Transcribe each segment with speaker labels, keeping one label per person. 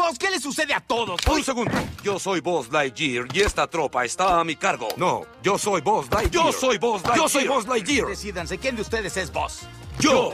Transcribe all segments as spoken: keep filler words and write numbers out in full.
Speaker 1: Boss, ¿qué le sucede a todos?
Speaker 2: Un segundo. Yo soy Buzz Lightyear y esta tropa está a mi cargo. No, yo soy Buzz Lightyear. Yo soy Buzz Lightyear. Yo soy Buzz Lightyear.
Speaker 1: Decídanse, ¿quién de ustedes es Boss?
Speaker 2: Yo.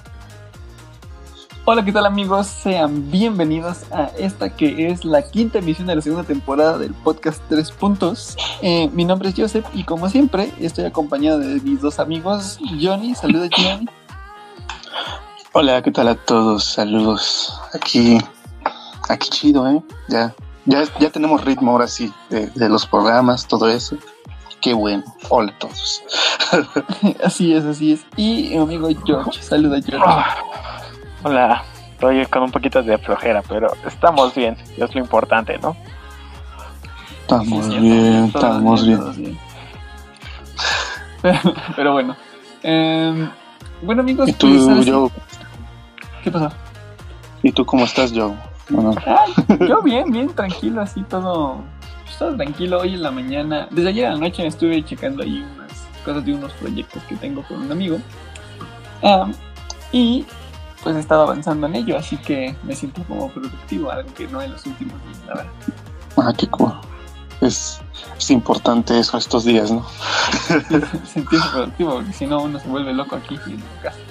Speaker 3: Hola, ¿qué tal, amigos? Sean bienvenidos a esta que es la quinta emisión de la segunda temporada del podcast Tres Puntos. Eh, mi nombre es Joseph y como siempre estoy acompañado de mis dos amigos. Johnny, saluda Johnny.
Speaker 4: Hola, ¿qué tal a todos? Saludos. Aquí, aquí chido, ¿eh? Ya, ya, ya tenemos ritmo ahora sí de, de los programas, todo eso. Qué bueno. Hola a todos.
Speaker 3: Así es, así es. Y mi amigo George, saluda George.
Speaker 5: Oh, hola, estoy con un poquito de flojera, pero estamos bien, es lo importante, ¿no?
Speaker 4: Estamos
Speaker 3: Sí, sí,
Speaker 4: bien,
Speaker 3: todos
Speaker 4: estamos bien.
Speaker 3: todos bien. Pero, pero bueno. Eh, bueno, amigos,
Speaker 4: ¿Y tú,
Speaker 3: pues, ahora sí.
Speaker 4: Joe?
Speaker 3: ¿Qué pasó?
Speaker 4: ¿Y tú cómo estás, Joe? Bueno,
Speaker 3: Ay, yo bien, bien, tranquilo, así todo, pues, todo tranquilo. Hoy en la mañana, desde ayer a la noche me estuve checando ahí unas cosas de unos proyectos que tengo con un amigo. Um, y pues he estado avanzando en ello, así que me siento como productivo, algo que no en los últimos días, la verdad.
Speaker 4: ah, qué cool. Es, es importante eso estos días, ¿no?
Speaker 3: Sentirse productivo, porque si no uno se vuelve loco aquí en la casa.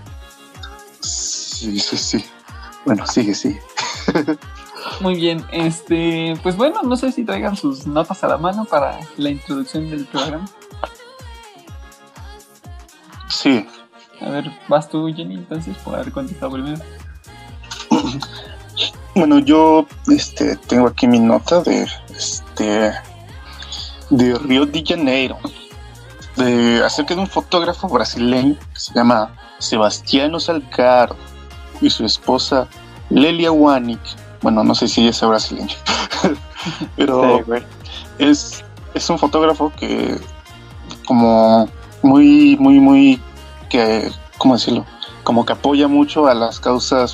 Speaker 4: Sí, sí, sí. Bueno, sigue, sigue.
Speaker 3: Muy bien, este, pues bueno, no sé si traigan sus notas a la mano para la introducción del programa.
Speaker 4: Sí.
Speaker 3: A ver, vas tú, Jenny, entonces, por haber contestado primero.
Speaker 4: Bueno, yo este, tengo aquí mi nota de este de Río de Janeiro, de acerca de un fotógrafo brasileño que se llama Sebastiano Salgado y su esposa Lelia Wanik. Bueno, no sé si ella sea brasileña, pero
Speaker 5: Sí, güey.
Speaker 4: es, es un fotógrafo que como muy, muy, muy, que, ¿cómo decirlo? Como que apoya mucho a las causas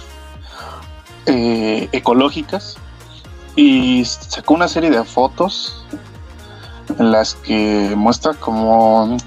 Speaker 4: eh, ecológicas y sacó una serie de fotos en las que muestra como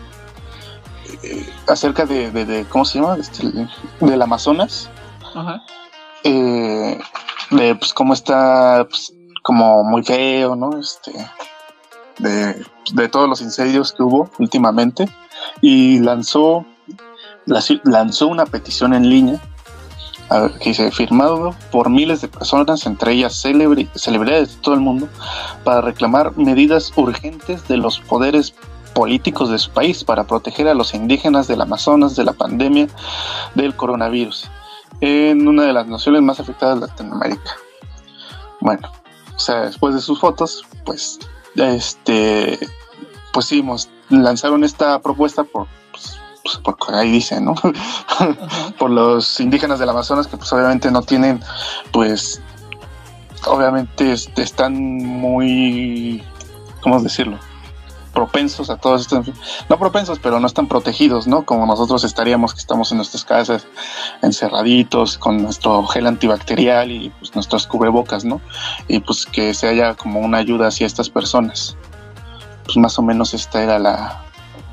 Speaker 4: eh, acerca de, de, de, ¿cómo se llama? Este, del Amazonas.
Speaker 3: Ajá.
Speaker 4: Eh, de pues cómo está pues, como muy feo, ¿no? Este, de, de todos los incendios que hubo últimamente, y lanzó lanzó una petición en línea a ver, que dice: firmado por miles de personas, entre ellas celebri- celebridades de todo el mundo, para reclamar medidas urgentes de los poderes políticos de su país para proteger a los indígenas del Amazonas de la pandemia del coronavirus en una de las naciones más afectadas de Latinoamérica. Bueno, o sea, después de sus fotos, pues, este, pues sí, mos- lanzaron esta propuesta por, pues, pues, porque ahí dice, ¿no? por los indígenas del Amazonas, que pues obviamente no tienen, pues, obviamente este, están muy, ¿cómo decirlo? propensos a todos estos, no propensos, pero no están protegidos, ¿no? Como nosotros estaríamos, que estamos en nuestras casas encerraditos con nuestro gel antibacterial y pues nuestros cubrebocas, ¿no? Y pues que se haya como una ayuda hacia estas personas. Pues más o menos esta era la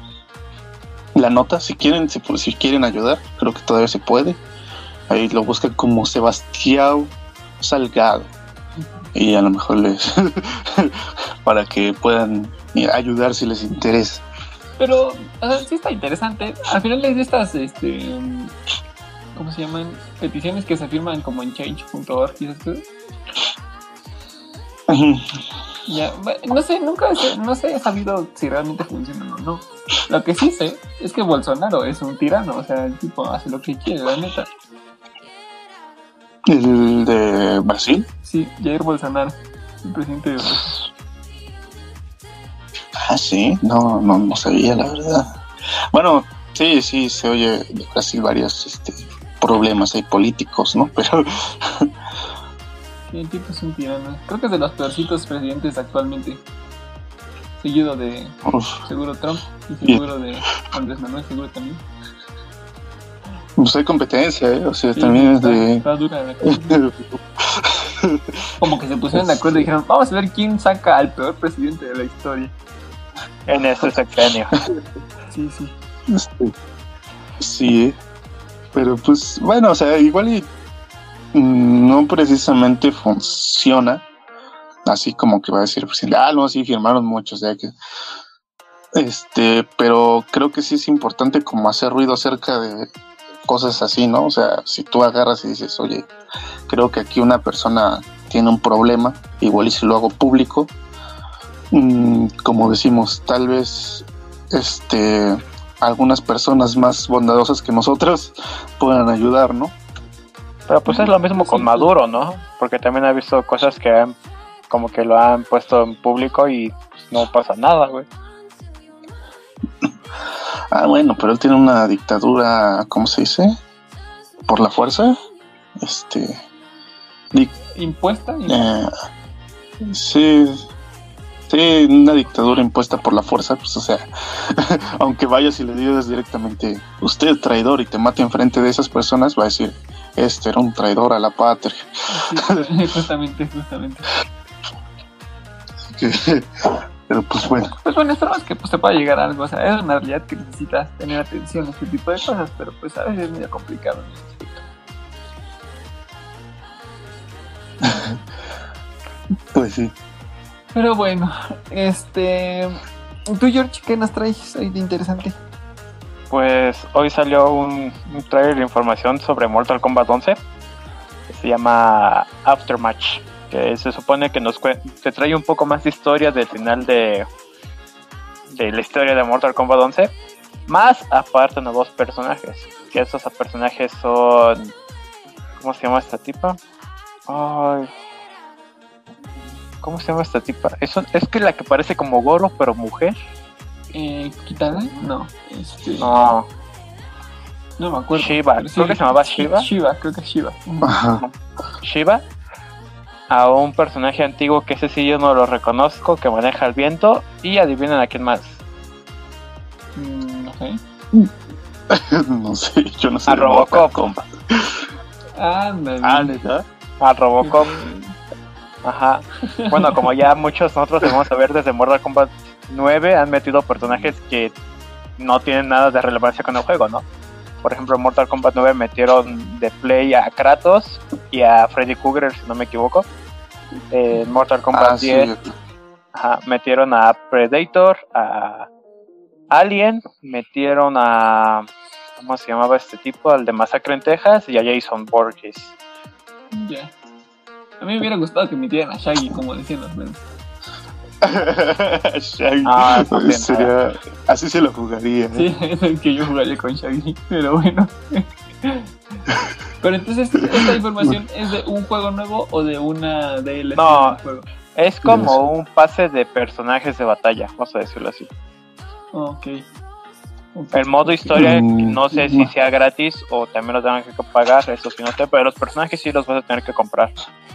Speaker 4: la nota. Si quieren, si, si quieren ayudar, creo que todavía se puede. Ahí lo buscan como Sebastián Salgado y a lo mejor les para que puedan ayudar si les interesa.
Speaker 3: Pero, o sea, sí está interesante. Al final es de estas, este, ¿cómo se llaman? Peticiones que se firman como en change punto org y esas cosas. Ya, no sé, nunca sé, no sé, he sabido si realmente funcionan o no. Lo que sí sé es que Bolsonaro es un tirano, o sea, el tipo hace lo que quiere, la neta.
Speaker 4: ¿El de Brasil?
Speaker 3: Sí, Jair Bolsonaro, el presidente de Brasil.
Speaker 4: Ah, sí, no, no, no sabía, la verdad. Bueno, sí, sí, se oye de Brasil varios este, problemas hay políticos, ¿no? Pero
Speaker 3: Sí, el tipo es un tirano. Creo que es de los peorcitos presidentes actualmente. Seguido de
Speaker 4: uf,
Speaker 3: seguro Trump y seguro de Andrés Manuel, seguro también.
Speaker 4: pues hay competencia, ¿eh? O sea,
Speaker 3: Sí,
Speaker 4: también es
Speaker 3: está,
Speaker 4: de...
Speaker 3: está dura la cosa. Como que se pusieron de acuerdo y dijeron, vamos a ver quién saca al peor presidente de la historia.
Speaker 5: En este sexenio.
Speaker 3: Sí, sí.
Speaker 4: Este, sí, pero pues, bueno, o sea, igual y no precisamente funciona así como que va a decir pues, ah no, sí firmaron muchos, o sea que este, pero creo que sí es importante como hacer ruido acerca de cosas así, ¿no? O sea, si tú agarras y dices, oye, creo que aquí una persona tiene un problema, igual y si lo hago público, mmm, como decimos, tal vez este algunas personas más bondadosas que nosotros puedan ayudar, ¿no?
Speaker 5: Pero pues es lo mismo con Maduro, ¿no? Porque también ha visto cosas que han, como que lo han puesto en público y pues, no pasa nada, güey.
Speaker 4: Ah, bueno, pero él tiene una dictadura, ¿cómo se dice? ¿Por la fuerza? Este... Di-
Speaker 3: ¿Impuesta?
Speaker 4: eh, sí, sí, una dictadura impuesta por la fuerza, pues o sea, aunque vayas y le digas directamente, usted es traidor y te mate enfrente de esas personas, va a decir, este era un traidor a la patria.
Speaker 3: Sí, justamente, justamente.
Speaker 4: Pero pues bueno.
Speaker 3: Pues bueno, esperamos que pues, te pueda llegar a algo. O sea, es una realidad que necesitas tener atención a este tipo de cosas, pero pues a veces es medio complicado en ese aspecto.
Speaker 4: Pues sí.
Speaker 3: Pero bueno, este... ¿Tú, George, qué nos traes hoy de interesante?
Speaker 5: Pues hoy salió un, un trailer de información sobre Mortal Kombat once que se llama Aftermatch, que se supone que nos cue- te trae un poco más de historia del final de de la historia de Mortal Kombat once, más aparte nuevos personajes, que esos personajes son, ¿cómo se llama esta tipa? Ay, ¿cómo se llama esta tipa? Es, un- es que la que parece como Goro pero mujer.
Speaker 3: Eh, ¿Kitana? No, este...
Speaker 5: No,
Speaker 3: No me acuerdo.
Speaker 5: Shiva,
Speaker 3: pero
Speaker 5: creo que se llamaba Shiva.
Speaker 3: Shiva, creo que es Shiva.
Speaker 4: Ajá.
Speaker 5: Shiva, a un personaje antiguo que ese sí yo no lo reconozco, que maneja el viento, y adivinen a quién más.
Speaker 3: Mm, no sé.
Speaker 4: No sé, yo no sé.
Speaker 5: A
Speaker 4: de Mortal
Speaker 5: Robocop.
Speaker 4: Kombat.
Speaker 3: Ándale.
Speaker 4: Ah, ¿neta?
Speaker 5: A Robocop. Ajá. Bueno, como ya muchos nosotros debemos saber, desde Mortal Kombat nueve han metido personajes que no tienen nada de relevancia con el juego, ¿no? Por ejemplo, en Mortal Kombat nueve metieron de play a Kratos y a Freddy Krueger, si no me equivoco. En Mortal Kombat
Speaker 4: Ah, sí.
Speaker 5: diez ajá, metieron a Predator, a Alien, metieron a... ¿cómo se llamaba este tipo? Al de Masacre en Texas, y a Jason Voorhees.
Speaker 3: Ya. A mí me hubiera gustado que metieran a Shaggy, como decían los memes.
Speaker 4: Shaggy.
Speaker 5: Ah, no tiene
Speaker 4: Sería... Así se lo jugaría, ¿eh?
Speaker 3: Sí, es que yo jugaría con Shaggy, pero bueno. Pero entonces, ¿esta información es de un juego nuevo o de una D L C
Speaker 5: No.
Speaker 3: del juego?
Speaker 5: Es como un pase de personajes de batalla, vamos a decirlo así.
Speaker 3: Ok.
Speaker 5: El modo historia,
Speaker 4: Mm,
Speaker 5: no sé si sea gratis o también lo tengan que pagar, eso sí no sé, pero los personajes sí los vas a tener que comprar.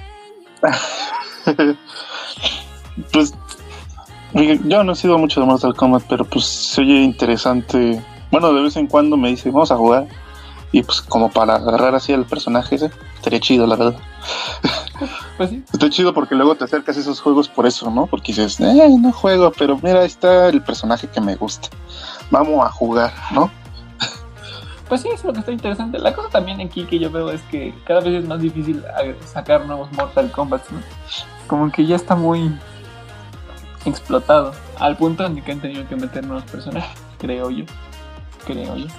Speaker 4: Pues yo no he sido mucho de Mortal Kombat, pero pues se oye interesante. Bueno, de vez en cuando me dice, vamos a jugar. Y pues como para agarrar así al personaje ese, estaría chido, la verdad.
Speaker 3: Pues sí.
Speaker 4: Está chido porque luego te acercas a esos juegos por eso, ¿no? Porque dices, eh, no juego, pero mira, ahí está el personaje que me gusta. Vamos a jugar, ¿no?
Speaker 3: Pues sí, es lo que está interesante. La cosa también aquí que yo veo es que cada vez es más difícil sacar nuevos Mortal Kombat, ¿no? Como que ya está muy explotado, al punto en que han tenido que meter nuevos personajes, creo yo. Creo yo.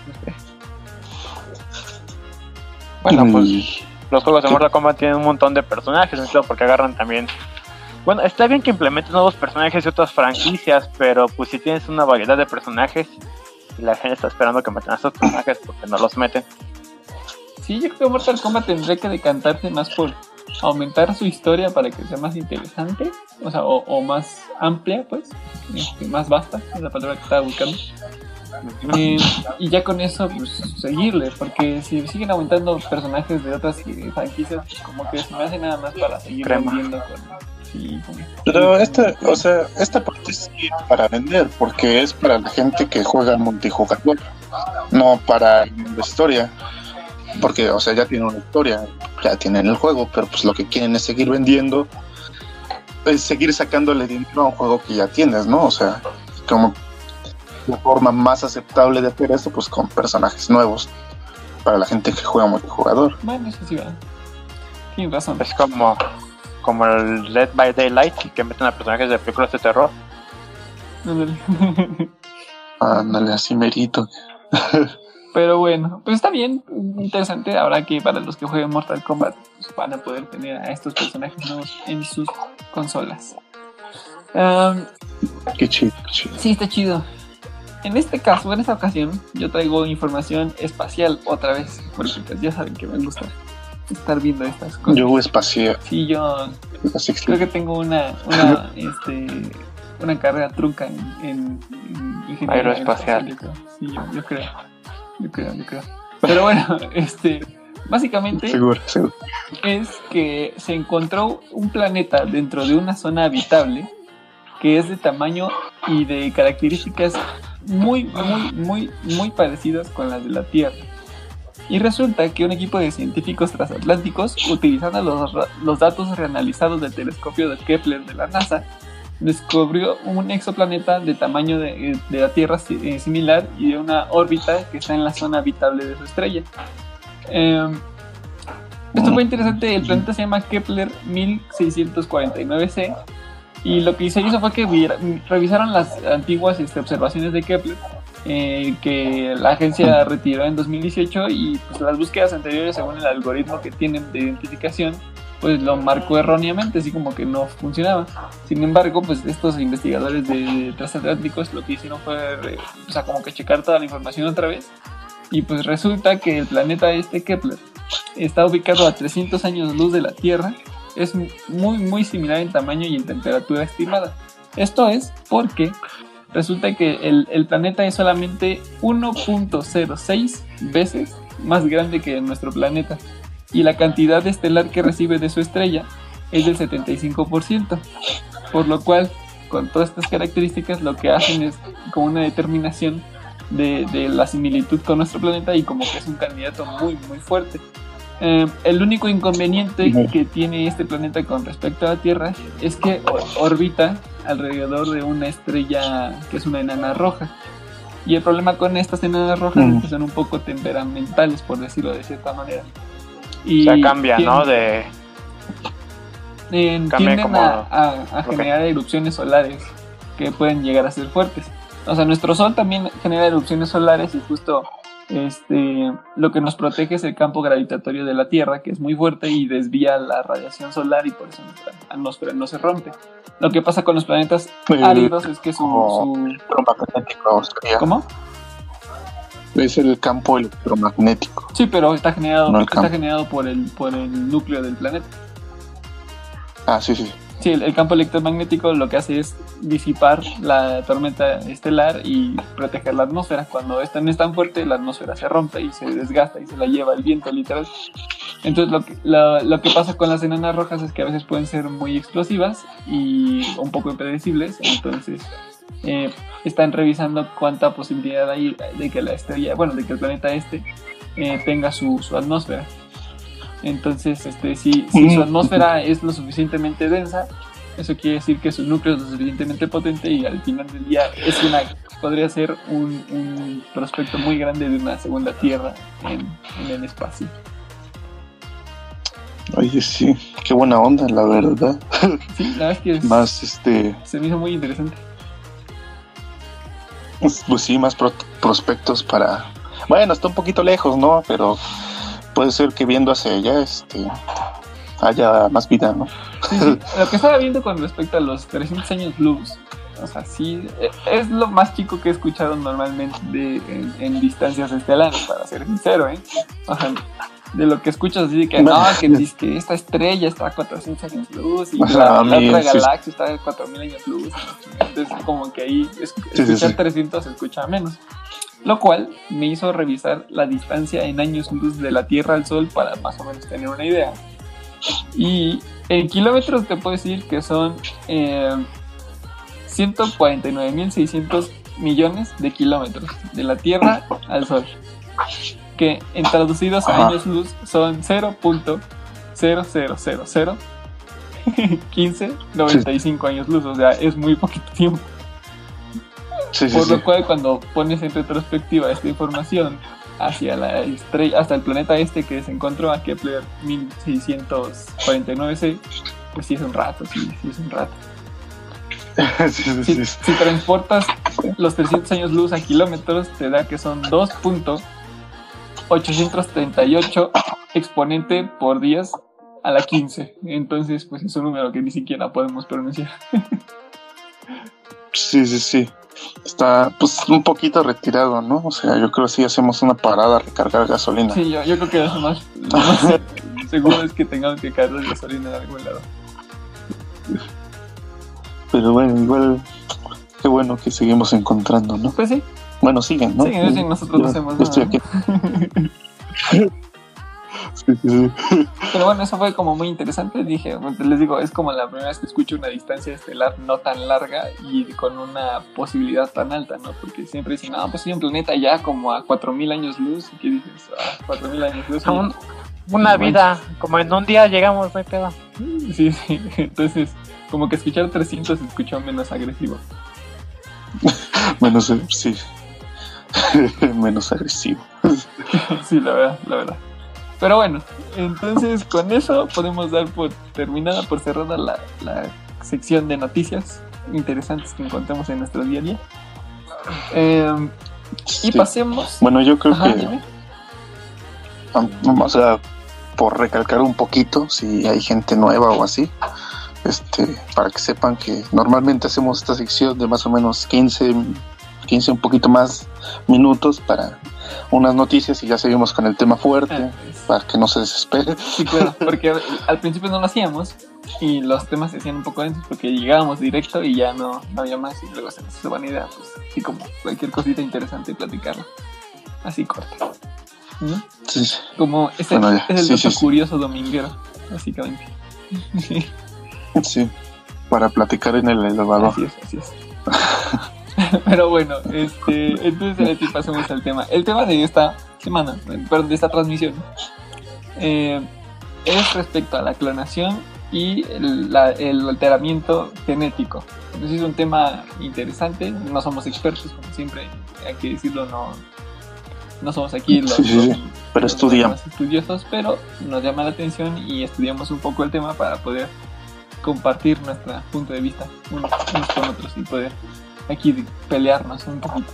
Speaker 5: Bueno, pues
Speaker 4: Y-
Speaker 5: los juegos de Mortal Kombat tienen un montón de personajes, ¿no? Porque agarran también... Bueno, está bien que implementen nuevos personajes de otras franquicias, pero pues si tienes una variedad de personajes y la gente está esperando que metan a estos personajes porque no los meten.
Speaker 3: Sí, yo creo que Mortal Kombat tendría que decantarse más por aumentar su historia para que sea más interesante, o sea, o, o más amplia, pues, este, más vasta, es la palabra que estaba buscando. Eh, y ya con eso, pues, seguirle, porque si siguen aumentando personajes de otras eh, franquicias, pues como que se me hace nada más para seguir
Speaker 5: Crema.
Speaker 3: vendiendo con... Sí, con-
Speaker 4: Pero esta, o sea, esta parte sí es para vender, porque es para la gente que juega multijugador, no para la historia. Porque, o sea, ya tienen una historia, ya tienen el juego, pero pues lo que quieren es seguir vendiendo, es seguir sacándole dinero a un juego que ya tienes, ¿no? O sea, como la forma más aceptable de hacer esto, pues con personajes nuevos, para la gente que juega multijugador.
Speaker 3: Bueno, eso sí va. tienes razón.
Speaker 5: Es como, como el Dead by Daylight, que meten a personajes de películas de terror.
Speaker 3: Ándale.
Speaker 4: Ándale, así merito.
Speaker 3: Pero bueno, pues está bien, interesante. Ahora que para los que jueguen Mortal Kombat pues van a poder tener a estos personajes nuevos en sus consolas. Um,
Speaker 4: Qué chido, qué chido.
Speaker 3: sí, está chido. En este caso, en esta ocasión, yo traigo información espacial otra vez, porque pues ya saben que me gusta estar viendo estas cosas.
Speaker 4: Yo espacial.
Speaker 3: Sí, yo
Speaker 4: Así
Speaker 3: creo que tengo una una este una carrera trunca en, en, en ingeniería
Speaker 5: Aeroespacial.
Speaker 3: Yo creo. Sí, yo, yo creo. Yo creo, yo creo. Pero bueno, este básicamente
Speaker 4: Seguro, seguro.
Speaker 3: es que se encontró un planeta dentro de una zona habitable que es de tamaño y de características muy, muy, muy, muy parecidas con las de la Tierra. Y resulta que un equipo de científicos transatlánticos, utilizando los, los datos reanalizados del telescopio de Kepler de la NASA, descubrió un exoplaneta de tamaño de, de la Tierra eh, similar y de una órbita que está en la zona habitable de su estrella. Eh, esto fue interesante. El planeta se llama Kepler mil seiscientos cuarenta y nueve c y lo que se hizo fue que viera, revisaron las antiguas este, observaciones de Kepler eh, que la agencia retiró en dos mil dieciocho, y pues las búsquedas anteriores, según el algoritmo que tienen de identificación, pues lo marcó erróneamente, así como que no funcionaba. Sin embargo, pues estos investigadores de transatlánticos lo que hicieron fue, o sea, como que checar toda la información otra vez, y pues resulta que el planeta este Kepler está ubicado a trescientos años luz de la Tierra. Es muy muy similar en tamaño y en temperatura estimada. Esto es porque resulta que el, el planeta es solamente uno punto cero seis veces más grande que nuestro planeta, y la cantidad estelar que recibe de su estrella es del setenta y cinco por ciento, por lo cual con todas estas características lo que hacen es como una determinación de, de la similitud con nuestro planeta, y como que es un candidato muy muy fuerte. Eh, el único inconveniente que tiene este planeta con respecto a la Tierra es que orbita alrededor de una estrella que es una enana roja, y el problema con estas enanas rojas mm. es que son un poco temperamentales, por decirlo de cierta manera. Y
Speaker 5: o sea, cambia, tienden, ¿no? De...
Speaker 3: Eh, tienden como... a, a, a generar okay. erupciones solares que pueden llegar a ser fuertes. O sea, nuestro Sol también genera erupciones solares, y justo este, lo que nos protege es el campo gravitatorio de la Tierra, que es muy fuerte y desvía la radiación solar, y por eso nuestra atmósfera no se rompe. Lo que pasa con los planetas el, áridos es que su... su...
Speaker 4: electromagnético.
Speaker 3: ¿Cómo?
Speaker 4: Es el campo electromagnético.
Speaker 3: Sí, pero está generado,
Speaker 4: no
Speaker 3: está generado por el, por el núcleo del planeta.
Speaker 4: Ah, sí, sí.
Speaker 3: Sí, el, el campo electromagnético lo que hace es disipar la tormenta estelar y proteger la atmósfera. Cuando esta no es tan fuerte, la atmósfera se rompe y se desgasta y se la lleva el viento, literal. Entonces lo que, lo, lo que pasa con las enanas rojas es que a veces pueden ser muy explosivas y un poco impredecibles. Entonces eh, están revisando cuánta posibilidad hay de que la estrella, bueno, de que el planeta este eh, tenga su, su atmósfera. Entonces, este, si, si su atmósfera es lo suficientemente densa, eso quiere decir que su núcleo es lo suficientemente potente, y al final del día es una, podría ser un, un prospecto muy grande de una segunda Tierra en, en el espacio.
Speaker 4: Oye, sí, qué buena onda, la verdad.
Speaker 3: Sí, la verdad es que es,
Speaker 4: más, este...
Speaker 3: se me hizo muy interesante.
Speaker 4: Pues sí, más pro- prospectos para... Bueno, está un poquito lejos, ¿no? Pero... puede ser que viendo hacia allá este, haya más vida, ¿no?
Speaker 3: Sí, sí. Lo que estaba viendo con respecto a los trescientos años luz, o sea, sí, es lo más chico que he escuchado normalmente de, en, en distancias estelares, para ser sincero, ¿eh? O sea, de lo que escuchas así de que no, que, que esta estrella está a cuatrocientos años luz, y la, la otra sí, galaxia está a cuatro mil años luz. Entonces, como que ahí escuchar sí, sí, sí. trescientos se escucha menos. Lo cual me hizo revisar la distancia en años luz de la Tierra al Sol para más o menos tener una idea. Y en kilómetros te puedo decir que son eh, ciento cuarenta y nueve mil seiscientos millones de kilómetros de la Tierra al Sol, que en traducidos a años luz son cero punto cero cero cero cero quince noventa y cinco años luz, o sea, es muy poquito tiempo. Sí, sí, Por lo sí. cual, cuando pones en retrospectiva esta información hacia la estrella, hasta el planeta este que se encontró a Kepler mil seiscientos cuarenta y nueve ce, pues sí es un rato, sí, sí es un rato.
Speaker 4: sí, sí,
Speaker 3: Si,
Speaker 4: sí.
Speaker 3: si transportas los trescientos años luz a kilómetros, te da que son dos punto ochocientos treinta y ocho exponente por diez a la quince. Entonces, pues es un número que ni siquiera podemos pronunciar.
Speaker 4: Sí, sí, sí. Está pues un poquito retirado, ¿no? O sea, yo creo que sí hacemos una parada a recargar gasolina.
Speaker 3: Sí, yo, yo creo que lo más, lo más seguro es que tengamos que cargar gasolina en algún lado.
Speaker 4: Pero bueno, igual, qué bueno que seguimos encontrando, ¿no?
Speaker 3: Pues sí,
Speaker 4: Bueno, siguen, ¿no?
Speaker 3: sí, sí, nosotros no
Speaker 4: Yo-
Speaker 3: hacemos
Speaker 4: yo estoy
Speaker 3: nada.
Speaker 4: aquí. Sí, sí, sí.
Speaker 3: Pero bueno, eso fue como muy interesante. Dije, les digo, es como la primera vez que escucho una distancia estelar no tan larga y con una posibilidad tan alta, ¿no? Porque siempre dicen, no, pues hay un planeta ya como a cuatro mil años luz. ¿Y qué dices? Ah, cuatro mil años luz.
Speaker 5: Un- una vida, como en un día llegamos, no hay pedo.
Speaker 3: Sí, sí. Entonces, como que escuchar trescientos se escuchó menos agresivo.
Speaker 4: Menos, eh, sí. Menos agresivo.
Speaker 3: Sí, la verdad, la verdad. Pero bueno, entonces con eso podemos dar por terminada, por cerrada la, la sección de noticias interesantes que encontramos en nuestro día a día. Eh, y
Speaker 4: Sí.
Speaker 3: pasemos.
Speaker 4: Bueno, yo creo
Speaker 3: Ajá,
Speaker 4: que,
Speaker 3: dime.
Speaker 4: am- o sea, por recalcar un poquito, si hay gente nueva o así, este, para que sepan que normalmente hacemos esta sección de más o menos quince, quince un poquito más minutos para unas noticias y ya seguimos con el tema fuerte,
Speaker 3: Ah, es-
Speaker 4: para que no se desespere.
Speaker 3: Sí, claro, porque al principio no lo hacíamos y los temas se hacían un poco densos porque llegábamos directo y ya no, no había más y luego se nos hizo buena idea, pues así como cualquier cosita interesante platicarla, así corta, ¿no?
Speaker 4: Sí, sí.
Speaker 3: Como ese,
Speaker 4: Bueno, ya.
Speaker 3: es el
Speaker 4: Sí,
Speaker 3: dato
Speaker 4: sí, sí.
Speaker 3: curioso dominguero, básicamente.
Speaker 4: Sí, para platicar en el elevador.
Speaker 3: Así es, así es. Pero bueno, este, entonces aquí pasemos al tema. El tema de esta semana, perdón, de esta transmisión, eh, es respecto a la clonación y el, la- el alteramiento genético. Entonces es un tema interesante, no somos expertos, como siempre, hay que decirlo, no, no somos aquí los,
Speaker 4: Sí, sí, sí,
Speaker 3: los-
Speaker 4: pero
Speaker 3: los
Speaker 4: estudiamos.
Speaker 3: más estudiosos, pero nos llama la atención y estudiamos un poco el tema para poder compartir nuestro punto de vista unos, unos con otros y poder aquí pelearnos un poquito.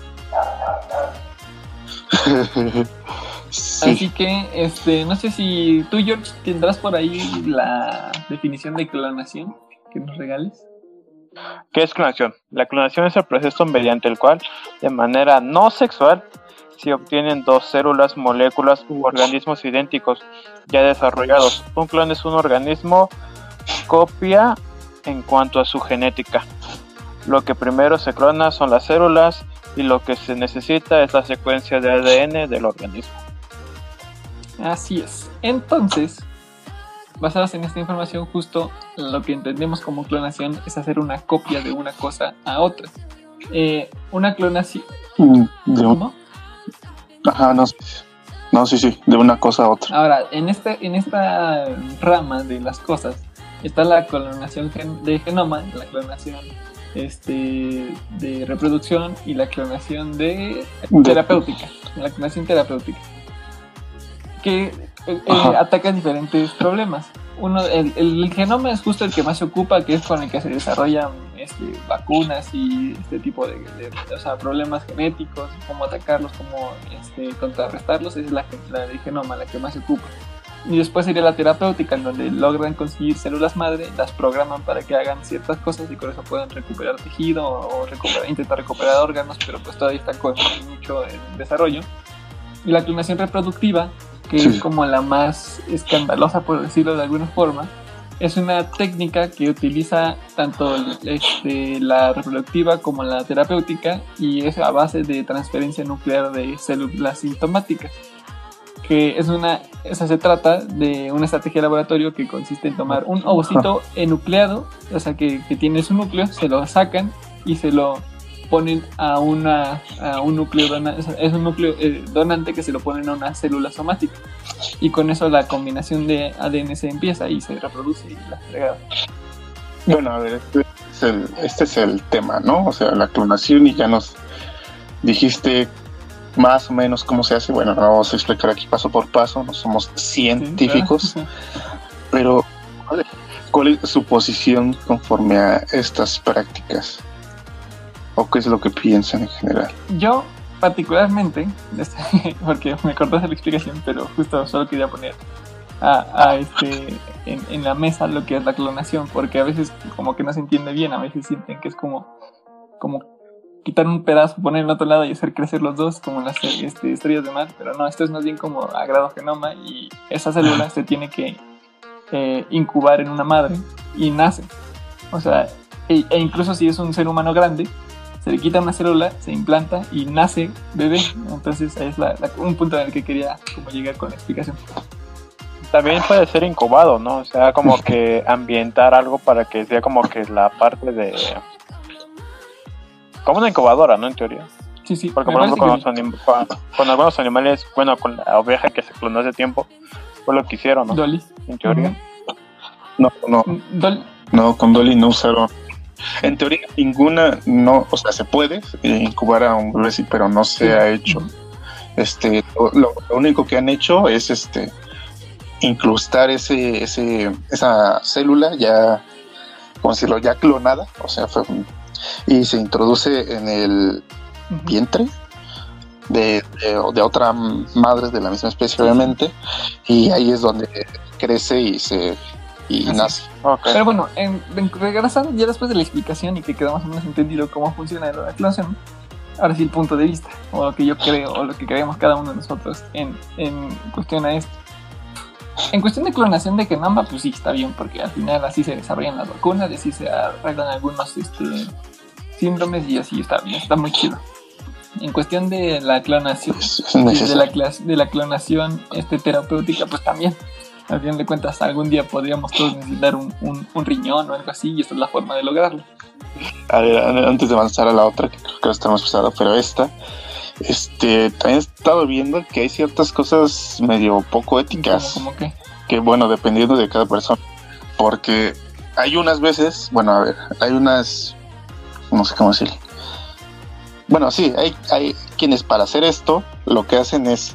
Speaker 4: Sí.
Speaker 3: Así que, este, no sé si tú, George, tendrás por ahí la definición de clonación que nos regales.
Speaker 5: ¿Qué es clonación? La clonación es el proceso mediante el cual, de manera no sexual, se obtienen dos células, moléculas u organismos idénticos ya desarrollados. Un clon es un organismo copia en cuanto a su genética. Lo que primero se clona son las células y lo que se necesita es la secuencia de A D N del organismo.
Speaker 3: Así es. Entonces, basados en esta información, justo lo que entendemos como clonación es hacer una copia de una cosa a otra. Eh, una clonación...
Speaker 4: Mm, de un-
Speaker 3: ¿Cómo?
Speaker 4: Ajá, no, no, sí, sí, de una cosa a otra.
Speaker 3: Ahora, en, este, en esta rama de las cosas está la clonación gen- de genoma, la clonación este, de reproducción y la clonación de
Speaker 4: De-
Speaker 3: terapéutica, la clonación terapéutica, que eh,
Speaker 4: Ajá.
Speaker 3: eh, ataca diferentes problemas. Uno, el, el, el genoma es justo el que más se ocupa, que es con el que se desarrollan este, vacunas y este tipo de, de, de o sea, problemas genéticos, cómo atacarlos, cómo este, contrarrestarlos, es la, la del genoma, la que más se ocupa. Y después sería la terapéutica, en donde logran conseguir células madre, las programan para que hagan ciertas cosas y con eso pueden recuperar tejido o recuperar, intentar recuperar órganos, pero pues todavía está con mucho en desarrollo. Y la clonación reproductiva, que
Speaker 4: Sí.
Speaker 3: es como la más escandalosa, por decirlo de alguna forma, es una técnica que utiliza tanto este, la reproductiva como la terapéutica y es a base de transferencia nuclear de células sintomáticas. Que es una, o sea, se trata de una estrategia de laboratorio que consiste en tomar un ovocito enucleado, o sea, que, que tiene su núcleo, se lo sacan y se lo ponen a, una, a un núcleo donante, es un núcleo eh, donante que se lo ponen a una célula somática. Y con eso la combinación de A D N se empieza y se reproduce y la fregada.
Speaker 4: Bueno, a ver, este es, el, este es el tema, ¿no? O sea, la clonación, y ya nos dijiste más o menos cómo se hace. Bueno, no vamos a explicar aquí paso por paso, no somos científicos,
Speaker 3: Sí, claro.
Speaker 4: pero ¿cuál es, cuál es su posición conforme a estas prácticas? ¿O qué es lo que piensan en general?
Speaker 3: Yo, particularmente, este, porque me cortaste la explicación, pero justo solo quería poner a, a este en, en la mesa lo que es la clonación, porque a veces como que no se entiende bien, a veces sienten que es como, como quitar un pedazo, poner en otro lado y hacer crecer los dos, como en las este, estrellas de mar, pero no, esto es más bien como a grado genoma, y esa célula se tiene que eh, incubar en una madre y nace. O sea, e, e incluso si es un ser humano grande, se le quita una célula, se implanta y nace bebé. Entonces es la, la, un punto en el que quería como llegar con la explicación.
Speaker 5: También puede ser incubado, ¿no? O sea, como que ambientar algo para que sea como que la parte de... como una incubadora, ¿no? En teoría.
Speaker 3: Sí, sí.
Speaker 5: Porque por ejemplo con, los anim... con, con algunos animales, bueno, con la oveja que se clonó hace tiempo, fue lo que hicieron, ¿no?
Speaker 3: Dolly.
Speaker 5: En teoría.
Speaker 3: Uh-huh.
Speaker 4: No, no,
Speaker 3: Dolly.
Speaker 4: no, con Dolly no usaron. En teoría ninguna, no, o sea, se puede incubar a un bebé, sí, pero no se sí. ha hecho. Uh-huh. Este, lo, lo único que han hecho es este incrustar ese, ese, esa célula ya, como decirlo, ya clonada, o sea, fue, y se introduce en el uh-huh. vientre de, de, de otra madre de la misma especie, obviamente, y ahí es donde crece y se y Así. nace.
Speaker 3: Okay. Pero bueno, en, en, regresando ya después de la explicación y que quedamos más o menos entendido cómo funciona la clonación, ahora sí el punto de vista, o lo que yo creo, o lo que creemos cada uno de nosotros en, en cuestión a esto. En cuestión de clonación de genoma, pues sí, está bien, porque al final así se desarrollan las vacunas, y así se arreglan algunos este, síndromes, y así está bien, está muy chido. En cuestión de la clonación, de la, de la clonación este, terapéutica, pues también, al final de cuentas, algún día podríamos todos necesitar un, un, un riñón o algo así, y esta es la forma de lograrlo.
Speaker 4: A ver, antes de avanzar a la otra, que creo que está más pesada, pero esta... Este, también he estado viendo que hay ciertas cosas medio poco éticas.
Speaker 3: ¿Cómo, cómo qué?
Speaker 4: Que bueno, dependiendo de cada persona. Porque hay unas veces, bueno, a ver, hay unas, no sé cómo decirlo. Bueno, sí, hay, hay quienes para hacer esto, lo que hacen es,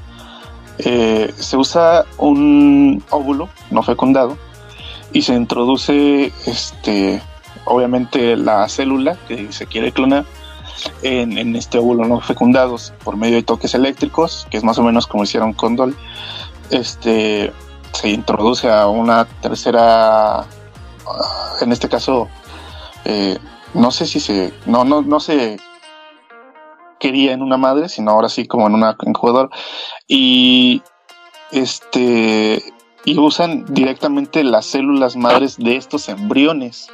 Speaker 4: eh, se usa un óvulo no fecundado y se introduce, este, obviamente la célula que se quiere clonar En, en este óvulo no fecundados por medio de toques eléctricos, que es más o menos como hicieron con Dolly. Este se introduce a una tercera, uh, en este caso, eh, no sé si se, no, no, no se quería en una madre, sino ahora sí como en una incubadora, y este y usan directamente las células madres de estos embriones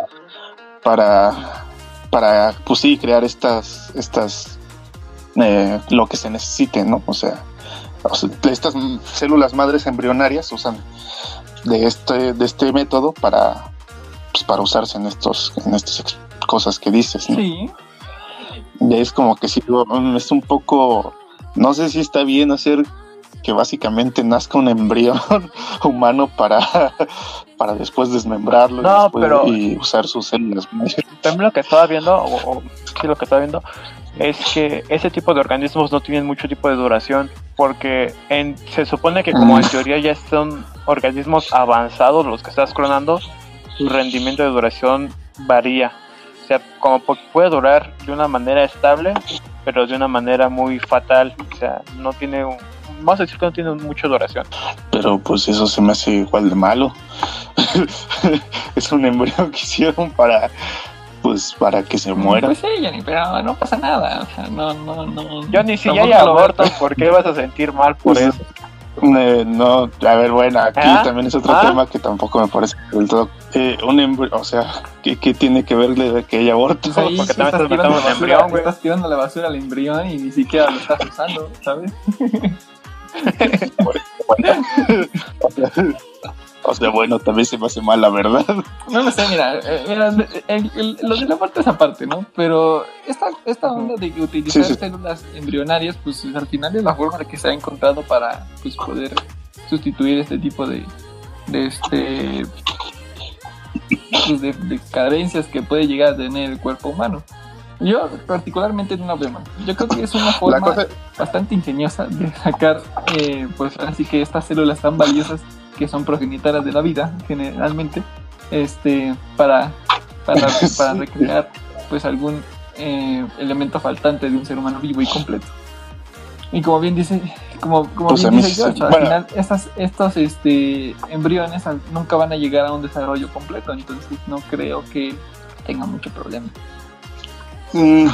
Speaker 4: para para, pues sí, crear estas, estas, eh, lo que se necesite, ¿no? O sea, o sea, estas células madres embrionarias usan de este, de este método para, pues, para usarse en estos, en estas cosas que dices, ¿no?
Speaker 3: Sí.
Speaker 4: Y es como que sí, es un poco, no sé si está bien hacer que básicamente nazca un embrión humano para, para después desmembrarlo
Speaker 5: no,
Speaker 4: y, después,
Speaker 5: pero
Speaker 4: y usar sus células.
Speaker 5: También lo que estaba viendo, o, o sí, lo que estaba viendo, es que ese tipo de organismos no tienen mucho tipo de duración, porque en, se supone que como mm. en teoría ya son organismos avanzados los que estás clonando, su rendimiento de duración varía. O sea, como puede durar de una manera estable, pero de una manera muy fatal. O sea, no tiene un vamos a decir que no tiene mucha duración.
Speaker 4: Pero pues eso se me hace igual de malo. Es un embrión que hicieron para, pues, para que se muera.
Speaker 3: Pues sí, Johnny, pero no pasa nada. O sea, no, no, no.
Speaker 5: Johnny, si ya hay abortos, ¿por qué vas a sentir mal por pues, eso?
Speaker 4: Eh, no, a ver, bueno, aquí ¿Ah? también es otro
Speaker 5: ¿Ah?
Speaker 4: tema que tampoco me parece del todo. Eh, un embrión, o sea, ¿qué, ¿qué tiene que ver de que haya aborto?
Speaker 3: Pues ahí, porque también estás tirando, basura, embrión, güey. Estás tirando la basura al embrión y ni siquiera lo estás usando, ¿sabes?
Speaker 4: o, sea, o sea, bueno, también se me hace mal, la verdad.
Speaker 3: No lo sé, mira, eh, mira el, el, el, lo de la parte es aparte, ¿no? Pero esta, esta onda de utilizar sí, sí. células embrionarias, pues al final es la forma que se ha encontrado para, pues, poder sustituir este tipo de, de este pues, de, de carencias que puede llegar a tener el cuerpo humano. Yo particularmente no veo mal. Yo creo que es una forma cosa... bastante ingeniosa de sacar, eh, pues así que estas células tan valiosas que son progenitoras de la vida, generalmente, este, para, para, para recrear pues algún eh, elemento faltante de un ser humano vivo y completo. Y como bien dice, como, como pues bien dice George, al bueno. final estas, estos este, embriones nunca van a llegar a un desarrollo completo, entonces no creo que tenga mucho problema.
Speaker 4: Mm,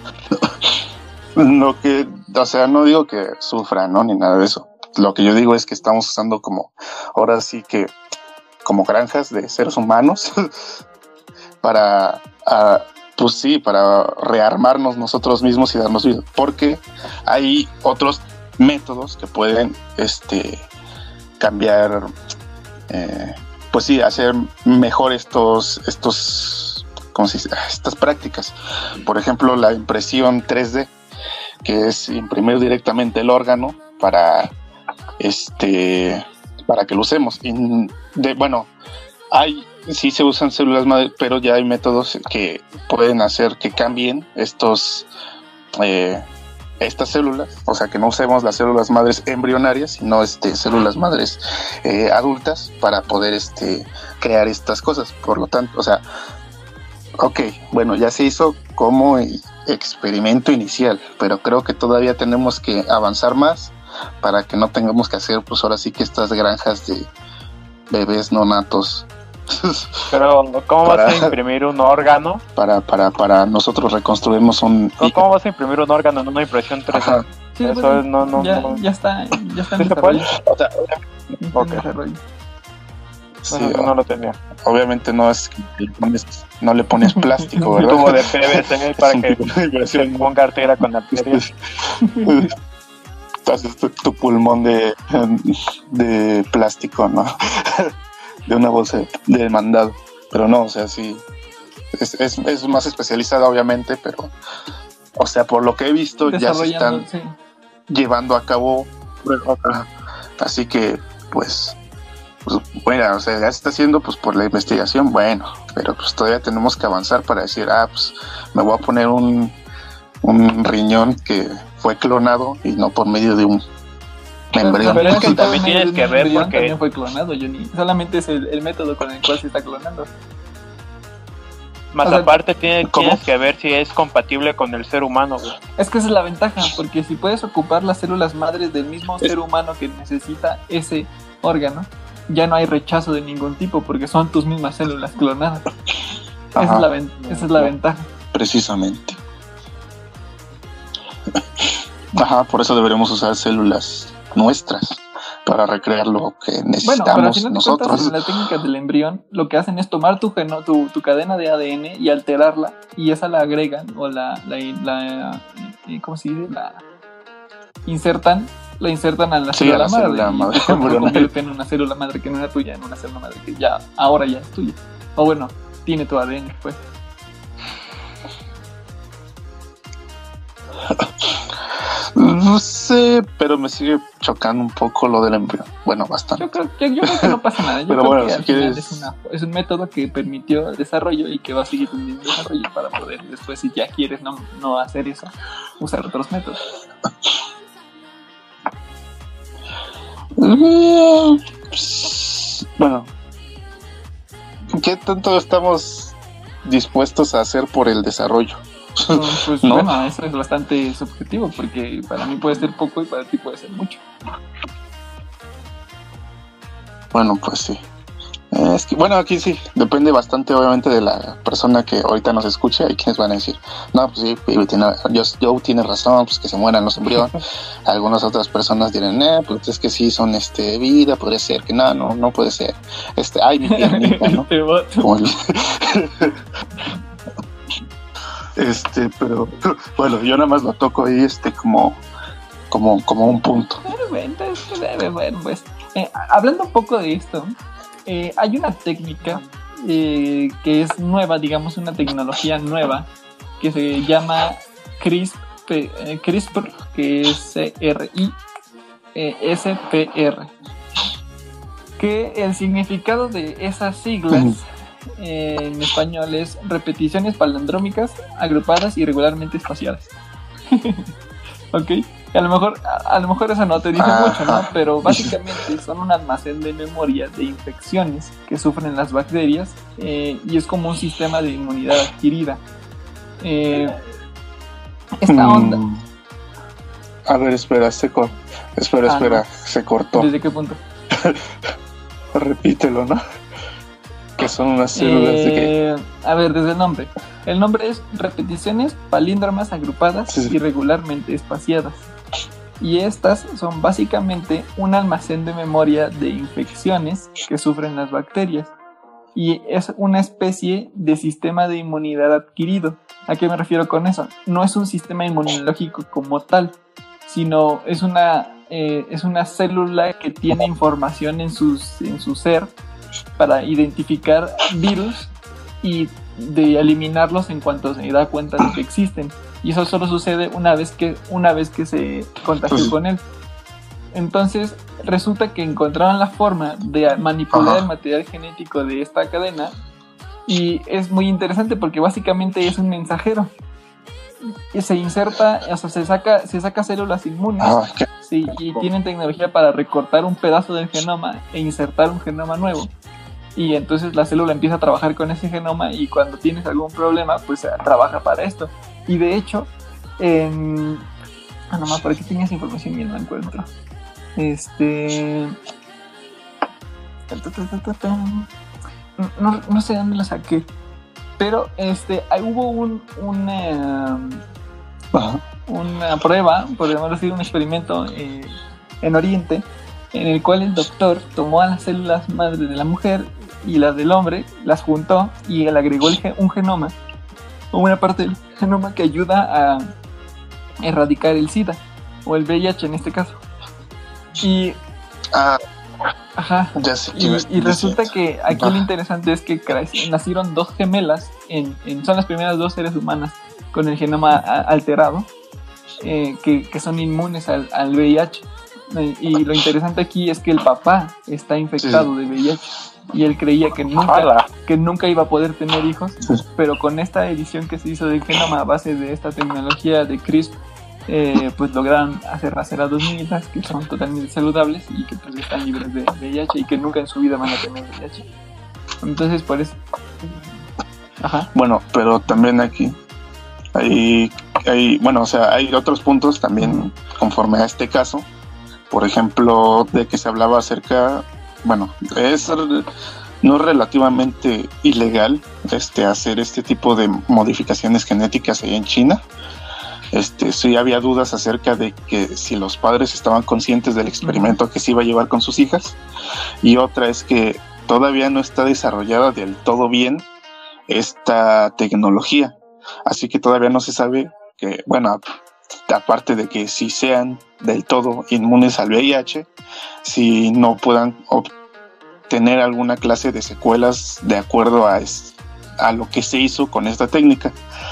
Speaker 4: lo que, o sea, no digo que sufran, ¿no? Ni nada de eso. Lo que yo digo es que estamos usando como, ahora sí que, como granjas de seres humanos para, a, pues sí, para rearmarnos nosotros mismos y darnos vida. Porque hay otros métodos que pueden, este, cambiar, eh, pues sí, hacer mejor estos, estos ¿cómo se dice? Estas prácticas. Por ejemplo, la impresión tres D, que es imprimir directamente el órgano para este para que lo usemos. Y de, bueno, hay sí se usan células madre, pero ya hay métodos que pueden hacer que cambien estos eh, estas células, o sea, que no usemos las células madres embrionarias, sino este células madres eh, adultas para poder este crear estas cosas. Por lo tanto, o sea, ok, bueno, ya se hizo como experimento inicial, pero creo que todavía tenemos que avanzar más para que no tengamos que hacer, pues ahora sí que estas granjas de bebés no natos.
Speaker 5: Pero, ¿cómo para, vas a imprimir un órgano?
Speaker 4: Para, para, para nosotros reconstruimos un...
Speaker 5: ¿Cómo vas a imprimir un órgano en una impresión tres D?
Speaker 3: Sí, eso bueno, es, no, no, ya, no... ya está, ya está en desarrollo. O sea,
Speaker 5: okay. desarrollo. Sí, no, no lo tenía.
Speaker 4: Obviamente no es que le pones, no le pones plástico, ¿verdad?
Speaker 5: Como de P V C para que se ponga artera con arterias.
Speaker 4: Haces tu, tu pulmón de, de plástico, ¿no? De una bolsa de, de mandado. Pero no, o sea, sí. Es, es, es más especializada, obviamente, pero... O sea, por lo que he visto, ya se están sí. llevando a cabo. Así que, pues... Pues bueno, o sea, ya se está haciendo pues por la investigación, bueno, pero pues todavía tenemos que avanzar para decir, ah, pues me voy a poner un, un riñón que fue clonado y no por medio de un embrión.
Speaker 5: Pero es que también tienes que ver porque...
Speaker 3: También fue clonado, Johnny. Solamente es el, el método con el cual se está clonando.
Speaker 5: Más o sea, aparte tiene, tienes que ver si es compatible con el ser humano, güey.
Speaker 3: Es que esa es la ventaja, porque si puedes ocupar las células madres del mismo es... ser humano que necesita ese órgano, ya no hay rechazo de ningún tipo porque son tus mismas células clonadas. Esa es, la ven- esa es la ventaja.
Speaker 4: Precisamente. Ajá, por eso deberemos usar células nuestras para recrear lo que necesitamos bueno, pero al final nosotros.
Speaker 3: De cuentas, en la técnica del embrión, lo que hacen es tomar tu geno, tu, tu cadena de A D N y alterarla, y esa la agregan o la, la, la, la ¿cómo se dice? La insertan. La insertan a la
Speaker 4: sí,
Speaker 3: célula
Speaker 4: a la
Speaker 3: madre,
Speaker 4: célula madre.
Speaker 3: Y se convierte en una célula madre que no era tuya, en una célula madre que ya ahora ya es tuya. O bueno, tiene tu A D N, pues.
Speaker 4: No sé, pero me sigue chocando un poco lo del embrión. Bueno, bastante.
Speaker 3: Yo creo, yo, yo creo que no pasa nada. Yo
Speaker 4: pero
Speaker 3: creo
Speaker 4: bueno,
Speaker 3: que
Speaker 4: si
Speaker 3: al
Speaker 4: quieres...
Speaker 3: final es, una, es un método que permitió el desarrollo y que va a seguir teniendo desarrollo para poder después, si ya quieres no, no hacer eso, usar otros métodos.
Speaker 4: Bueno, ¿qué tanto estamos dispuestos a hacer por el desarrollo?
Speaker 3: No, pues ¿no? Bueno, eso es bastante subjetivo porque para mí puede ser poco y para ti puede ser mucho.
Speaker 4: Bueno, pues sí. Es que, bueno, aquí sí, depende bastante obviamente de la persona que ahorita nos escuche. Hay quienes van a decir, no, pues sí, Joe tiene, Joe tiene razón, pues que se mueran los embriones. Algunas otras personas dirán, eh, pues es que sí, son este vida, podría ser, que no, no, no puede ser. Este, ay, mi piernita, ¿no? Como el... Este, pero bueno, yo nada más lo toco ahí, este, como, como, como un punto.
Speaker 3: Bueno, bueno, pues, eh, hablando un poco de esto. Eh, hay una técnica eh, que es nueva, digamos una tecnología nueva que se llama CRISP, eh, CRISPR, que es C R I S P R, que el significado de esas siglas eh, en español es repeticiones palindrómicas agrupadas y regularmente espaciadas. Ok, a lo mejor a, a lo mejor eso no te dice
Speaker 4: Ajá.
Speaker 3: mucho, ¿no? Pero básicamente son un almacén de memoria de infecciones que sufren las bacterias, eh, y es como un sistema de inmunidad adquirida. Eh, esta onda,
Speaker 4: Mm. A ver, espera, se cor- espera,
Speaker 3: Ah,
Speaker 4: espera,
Speaker 3: no.
Speaker 4: se cortó.
Speaker 3: ¿desde qué punto?
Speaker 4: Repítelo, ¿no? Que son unas células de que...
Speaker 3: Eh, a ver, desde el nombre. El nombre es repeticiones palíndromas agrupadas
Speaker 4: Sí, sí.
Speaker 3: y regularmente espaciadas. Y estas son básicamente un almacén de memoria de infecciones que sufren las bacterias. Y es una especie de sistema de inmunidad adquirido. ¿A qué me refiero con eso? No es un sistema inmunológico como tal, sino es una, eh, es una célula que tiene información en, sus, en su ser para identificar virus y de eliminarlos en cuanto se da cuenta de que existen. Y eso solo sucede una vez que, una vez que se contagió
Speaker 4: Pues-
Speaker 3: con él. Entonces resulta que encontraron la forma de manipular
Speaker 4: Ajá.
Speaker 3: el material genético de esta cadena, y es muy interesante porque básicamente es un mensajero. Y se inserta, o sea, se saca, se saca células inmunes.
Speaker 4: Ah, que-
Speaker 3: Sí, y tienen tecnología para recortar un pedazo del genoma e insertar un genoma nuevo. Y entonces la célula empieza a trabajar con ese genoma, y cuando tienes algún problema, pues eh, trabaja para esto. Y de hecho, en... Ah, nomás, por aquí tenía esa información y no la encuentro. Este... No, no sé dónde la saqué. Pero este, ahí hubo un... un eh,
Speaker 4: Ajá.
Speaker 3: una prueba, podríamos decir un experimento eh, en Oriente, en el cual el doctor tomó a las células madre de la mujer y las del hombre, las juntó y le agregó el ge- un genoma, o una parte del genoma que ayuda a erradicar el SIDA, o el V I H en este caso. Y,
Speaker 4: Ah,
Speaker 3: ajá,
Speaker 4: ya sé
Speaker 3: y,
Speaker 4: quién
Speaker 3: y
Speaker 4: es.
Speaker 3: resulta que aquí
Speaker 4: Ah.
Speaker 3: lo interesante es que cre- nacieron dos gemelas, en, en- son las primeras dos seres humanas con el genoma a- alterado, eh, que, que son inmunes al, al V I H. Eh, y lo interesante aquí es que el papá está infectado de V I H, y él creía que nunca,
Speaker 5: ¡Hala!
Speaker 3: que nunca iba a poder tener hijos,
Speaker 4: Sí.
Speaker 3: pero con esta edición que se hizo del genoma a base de esta tecnología de CRISPR, eh, pues lograron hacer nacer a dos niñitas que son totalmente saludables y que pues están libres de V I H y que nunca en su vida van a tener V I H. Entonces, por eso... Ajá.
Speaker 4: Bueno, pero también aquí hay, hay, bueno, o sea, hay otros puntos también conforme a este caso. Por ejemplo, de que se hablaba acerca, bueno, es r- no es relativamente ilegal este hacer este tipo de modificaciones genéticas ahí en China. Este, sí había dudas acerca de que si los padres estaban conscientes del experimento que se iba a llevar con sus hijas, y otra es que todavía no está desarrollada del todo bien esta tecnología, así que todavía no se sabe que, bueno, aparte de que si sean del todo inmunes al V I H, si no puedan obtener alguna clase de secuelas de acuerdo a, es, a lo que se hizo con esta técnica.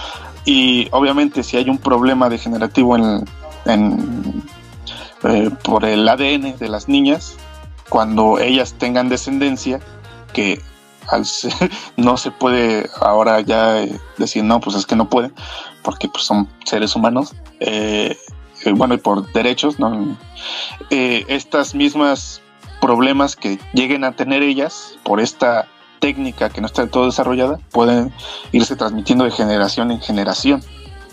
Speaker 4: Y obviamente si hay un problema degenerativo en, en, eh, por el A D N de las niñas, cuando ellas tengan descendencia, que al ser, no se puede ahora ya eh, decir no, pues es que no pueden, porque pues son seres humanos, eh, eh, bueno, y por derechos, ¿no? Eh, estas mismas problemas que lleguen a tener ellas por esta técnica que no está del todo desarrollada pueden irse transmitiendo de generación en generación.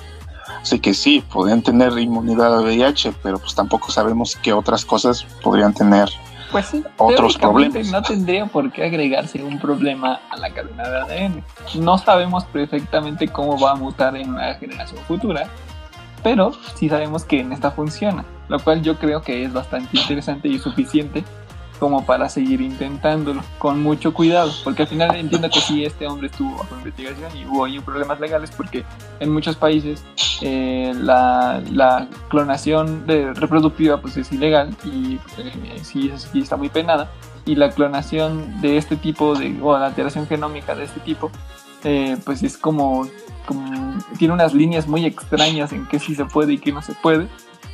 Speaker 4: Así que sí, podrían tener inmunidad al V I H, pero pues tampoco sabemos qué otras cosas podrían tener
Speaker 3: Pues sí,
Speaker 4: otros
Speaker 3: teóricamente
Speaker 4: problemas.
Speaker 3: no tendría por qué agregarse un problema a la cadena de A D N. No sabemos perfectamente cómo va a mutar en una generación futura, pero sí sabemos que en esta funciona, lo cual yo creo que es bastante interesante y suficiente como para seguir intentándolo con mucho cuidado, porque al final entiendo que sí, este hombre estuvo bajo investigación y hubo ahí problemas legales, porque en muchos países eh, la, la clonación de reproductiva pues es ilegal y pues, eh, sí, eso sí está muy penada, y la clonación de este tipo de, o la alteración genómica de este tipo eh, pues es como, como tiene unas líneas muy extrañas en qué sí se puede y qué no se puede.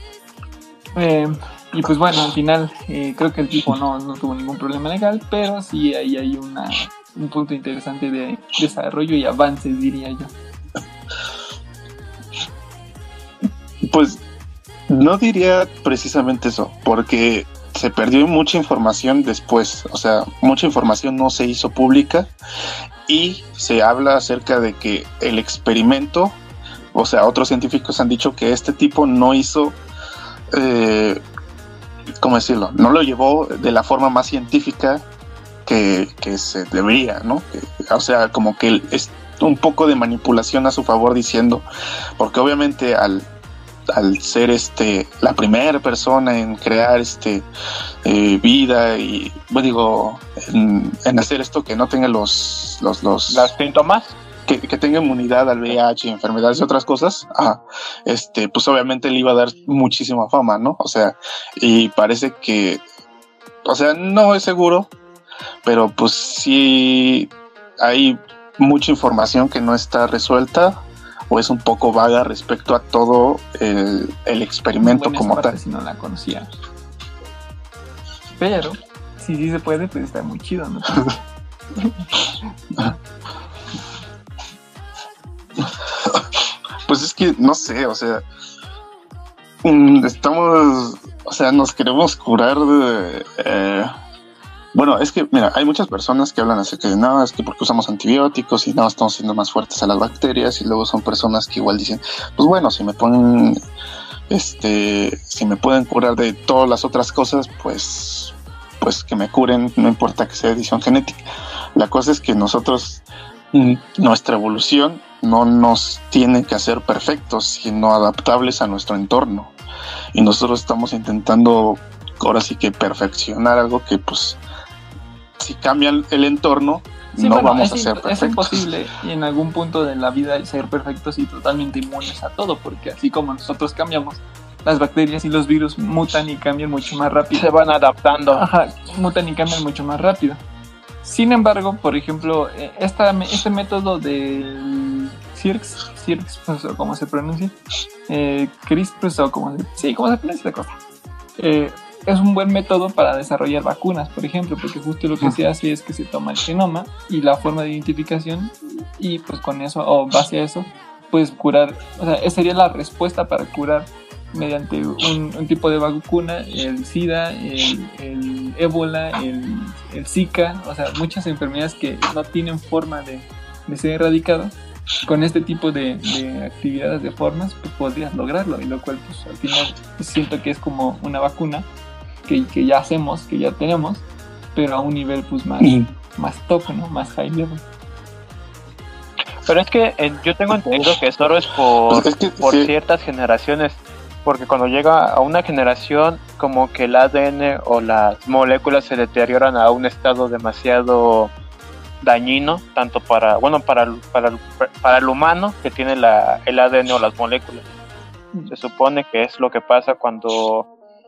Speaker 3: Eh, y pues bueno, al final eh, creo que el tipo no, no tuvo ningún problema legal, pero sí ahí hay una, un punto interesante de desarrollo y avance, diría yo.
Speaker 4: Pues no diría precisamente eso, porque se perdió mucha información después, o sea, mucha información no se hizo pública y se habla acerca de que el experimento, o sea, otros científicos han dicho que este tipo no hizo, eh, ¿cómo decirlo? No lo llevó de la forma más científica que, que se debería, ¿no? Que, o sea, como que es un poco de manipulación a su favor diciendo, porque obviamente al al ser este la primera persona en crear este eh, vida y bueno, digo en, en hacer esto que no tenga los los los
Speaker 5: ¿Los síntomas?
Speaker 4: Que, que tenga inmunidad al V I H, enfermedades y otras cosas, ajá, este pues obviamente le iba a dar muchísima fama, ¿no? O sea, y parece que, o sea, no es seguro, pero pues sí hay mucha información que no está resuelta o es un poco vaga respecto a todo el, el experimento
Speaker 3: Buenas
Speaker 4: como
Speaker 3: partes,
Speaker 4: tal.
Speaker 3: si no la conocía. Pero, si sí se puede, pues está muy chido, ¿no?
Speaker 4: Pues es que, no sé, o sea, mm, estamos, o sea, nos queremos curar de... Eh, bueno, es que, mira, hay muchas personas que hablan acerca de, no, es que porque usamos antibióticos y no, estamos siendo más fuertes a las bacterias, y luego son personas que igual dicen, pues bueno, si me ponen, este, si me pueden curar de todas las otras cosas, pues, pues que me curen, no importa que sea edición genética. La cosa es que nosotros, mm, nuestra evolución no nos tiene que hacer perfectos, sino adaptables a nuestro entorno. Y nosotros estamos intentando, ahora sí que perfeccionar algo que, pues, si cambian el entorno,
Speaker 3: Sí,
Speaker 4: no
Speaker 3: bueno,
Speaker 4: vamos
Speaker 3: es,
Speaker 4: a ser
Speaker 3: es
Speaker 4: perfectos.
Speaker 3: imposible y en algún punto de la vida ser perfectos y totalmente inmunes a todo, porque así como nosotros cambiamos, las bacterias y los virus mutan y cambian mucho más rápido.
Speaker 5: Se van adaptando.
Speaker 3: Ajá, mutan y cambian mucho más rápido. Sin embargo, por ejemplo, esta, este método del CRISPR, CRISPR, pues, o como se pronuncia, eh, CRISPR, o como se, sí, como se pronuncia la cosa, eh, es un buen método para desarrollar vacunas, por ejemplo, porque justo lo que se hace es que se toma el genoma y la forma de identificación y pues con eso, o base a eso, puedes curar, o sea, esa sería la respuesta para curar mediante un, un tipo de vacuna, el SIDA, el, el ébola, el, el Zika, o sea, muchas enfermedades que no tienen forma de, de ser erradicadas. Con este tipo de, de actividades, de formas, pues podrías lograrlo, y lo cual pues al final pues, siento que es como una vacuna que, que ya hacemos, que ya tenemos, pero a un nivel pues más, mm. más top, ¿no? Más high level.
Speaker 5: Pero es que eh, yo tengo entendido que solo es por,
Speaker 4: pues es que,
Speaker 5: por
Speaker 4: sí.
Speaker 5: ciertas generaciones, porque cuando llega a una generación como que el A D N o las moléculas se deterioran a un estado demasiado dañino, tanto para, bueno, para, para, para el humano que tiene la, el A D N o las moléculas. Se supone que es lo que pasa cuando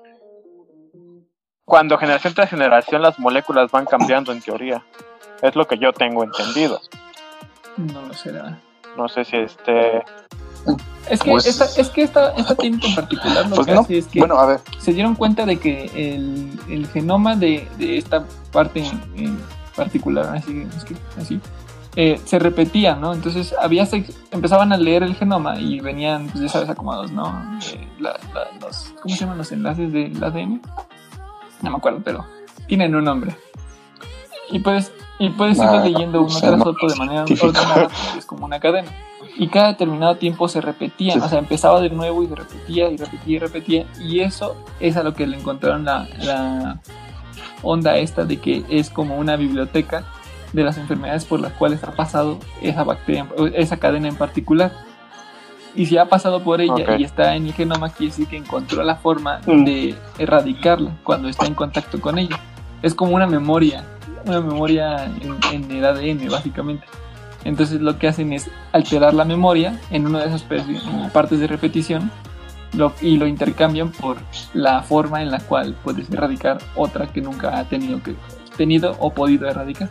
Speaker 5: cuando generación tras generación las moléculas van cambiando, en teoría. Es lo que yo tengo entendido.
Speaker 3: No lo será.
Speaker 5: No sé si este...
Speaker 3: Es que,
Speaker 4: pues,
Speaker 3: esta, es que esta, esta técnica en particular lo
Speaker 4: pues
Speaker 3: que
Speaker 4: no.
Speaker 3: hace es que
Speaker 4: bueno, a ver.
Speaker 3: se dieron cuenta de que el, el genoma de, de esta parte en, en particular, así, es que, así eh, se repetía, ¿no? Entonces había se, empezaban a leer el genoma y venían, pues ya sabes, acomodados, ¿no? Eh, la, la, los, ¿cómo se llaman los enlaces del A D N? No me acuerdo, pero tienen un nombre. Y puedes, y puedes ir leyendo uno tras otro de manera ordenada, es como una cadena. Y cada determinado tiempo se repetían, sí. O sea, empezaba de nuevo y se repetía y repetía y repetía. Y eso es a lo que le encontraron la, la onda esta de que es como una biblioteca de las enfermedades por las cuales ha pasado esa bacteria, esa cadena en particular. Y si ha pasado por ella, okay, y está en el genoma, quiere decir que encontró la forma mm. de erradicarla cuando está en contacto con ella. Es como una memoria, una memoria en, en el A D N, básicamente. Entonces lo que hacen es alterar la memoria en una de esas partes de repetición lo, y lo intercambian por la forma en la cual puedes erradicar otra que nunca ha tenido, que, tenido o podido erradicar.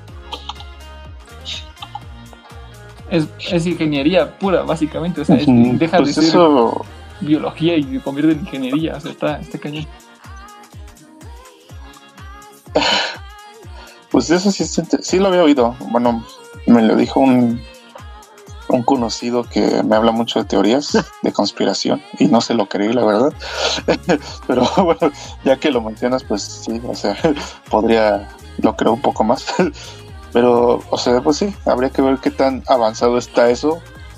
Speaker 3: Es, es ingeniería pura, básicamente. O sea, es, deja pues de ser eso... biología y se convierte en ingeniería. O sea, está, está cañón.
Speaker 4: Pues pues eso sí, sí lo había oído. Bueno, me lo dijo un, un conocido que me habla mucho de teorías de conspiración y no se lo creí, la verdad. Pero bueno, ya que lo mencionas, pues sí, o sea, podría, lo creo un poco más. Pero, o sea, pues sí, habría que ver qué tan avanzado está eso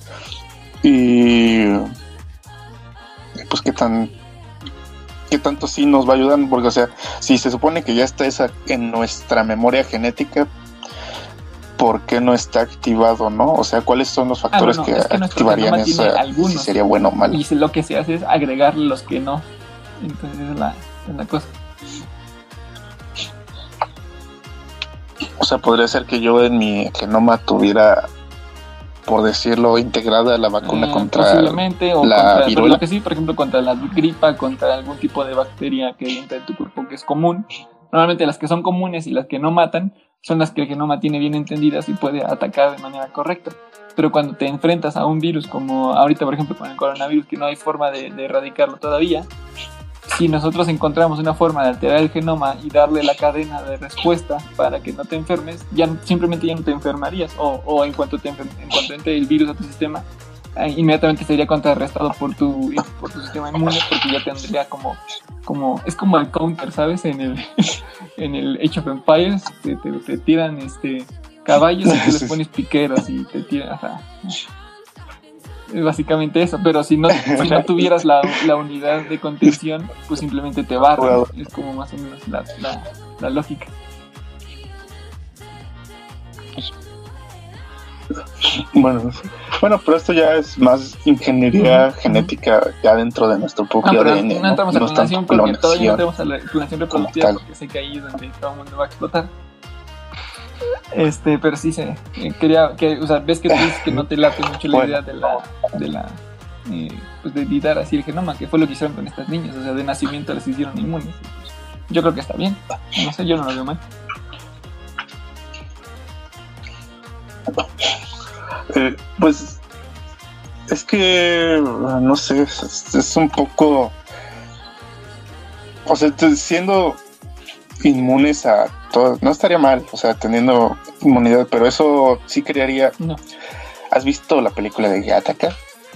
Speaker 4: y pues qué tan qué tanto sí nos va a ayudar, porque, o sea, si se supone que ya está esa en nuestra memoria genética, ¿por qué no está activado, no? O sea, ¿cuáles son los factores ah, bueno, que, es que activarían eso? Si sería bueno o malo.
Speaker 3: Y lo que se hace es agregarle los que no. Entonces esa es la, es la cosa.
Speaker 4: O sea, podría ser que yo en mi genoma tuviera, por decirlo, integrada la vacuna eh, contra
Speaker 3: posiblemente, o
Speaker 4: la
Speaker 3: contra,
Speaker 4: viruela.
Speaker 3: Lo que sí, por ejemplo, contra la gripa, contra algún tipo de bacteria que entra en tu cuerpo que es común. Normalmente las que son comunes y las que no matan son las que el genoma tiene bien entendidas y puede atacar de manera correcta. Pero cuando te enfrentas a un virus como ahorita, por ejemplo, con el coronavirus, que no hay forma de, de erradicarlo todavía, si nosotros encontramos una forma de alterar el genoma y darle la cadena de respuesta para que no te enfermes, ya simplemente ya no te enfermarías, o, o en cuanto te enfer- en cuanto entre el virus a tu sistema, eh, inmediatamente sería contrarrestado por tu por tu sistema inmune, porque ya tendría como como es como el counter, ¿sabes? En el en el Age of Empires te, te, te tiran este caballos y tú les pones piqueros y te tiran, o sea, es básicamente eso. Pero si no, si no tuvieras la, la unidad de contención, pues simplemente te barran. Es como más o menos la, la, la lógica.
Speaker 4: Bueno, bueno, pero esto ya es más ingeniería uh-huh. genética ya dentro de nuestro propio
Speaker 3: ah,
Speaker 4: A D N.
Speaker 3: No entramos
Speaker 4: no,
Speaker 3: a clonación porque todavía no tenemos a la clonación reproductiva, porque sé que ahí es donde todo el mundo va a explotar. Este, pero sí se eh, quería que, o sea, ves que tú dices que no te late mucho la bueno. idea de la, de la, eh, pues de editar así el genoma, que fue lo que hicieron con estas niñas, o sea, de nacimiento las hicieron inmunes. Pues, yo creo que está bien, no sé, yo no lo veo mal.
Speaker 4: Eh, pues es que no sé, es, es un poco, o sea, siendo inmunes a todo, no estaría mal, o sea, teniendo inmunidad, pero eso sí crearía.
Speaker 3: No.
Speaker 4: ¿Has visto la película de Gattaca?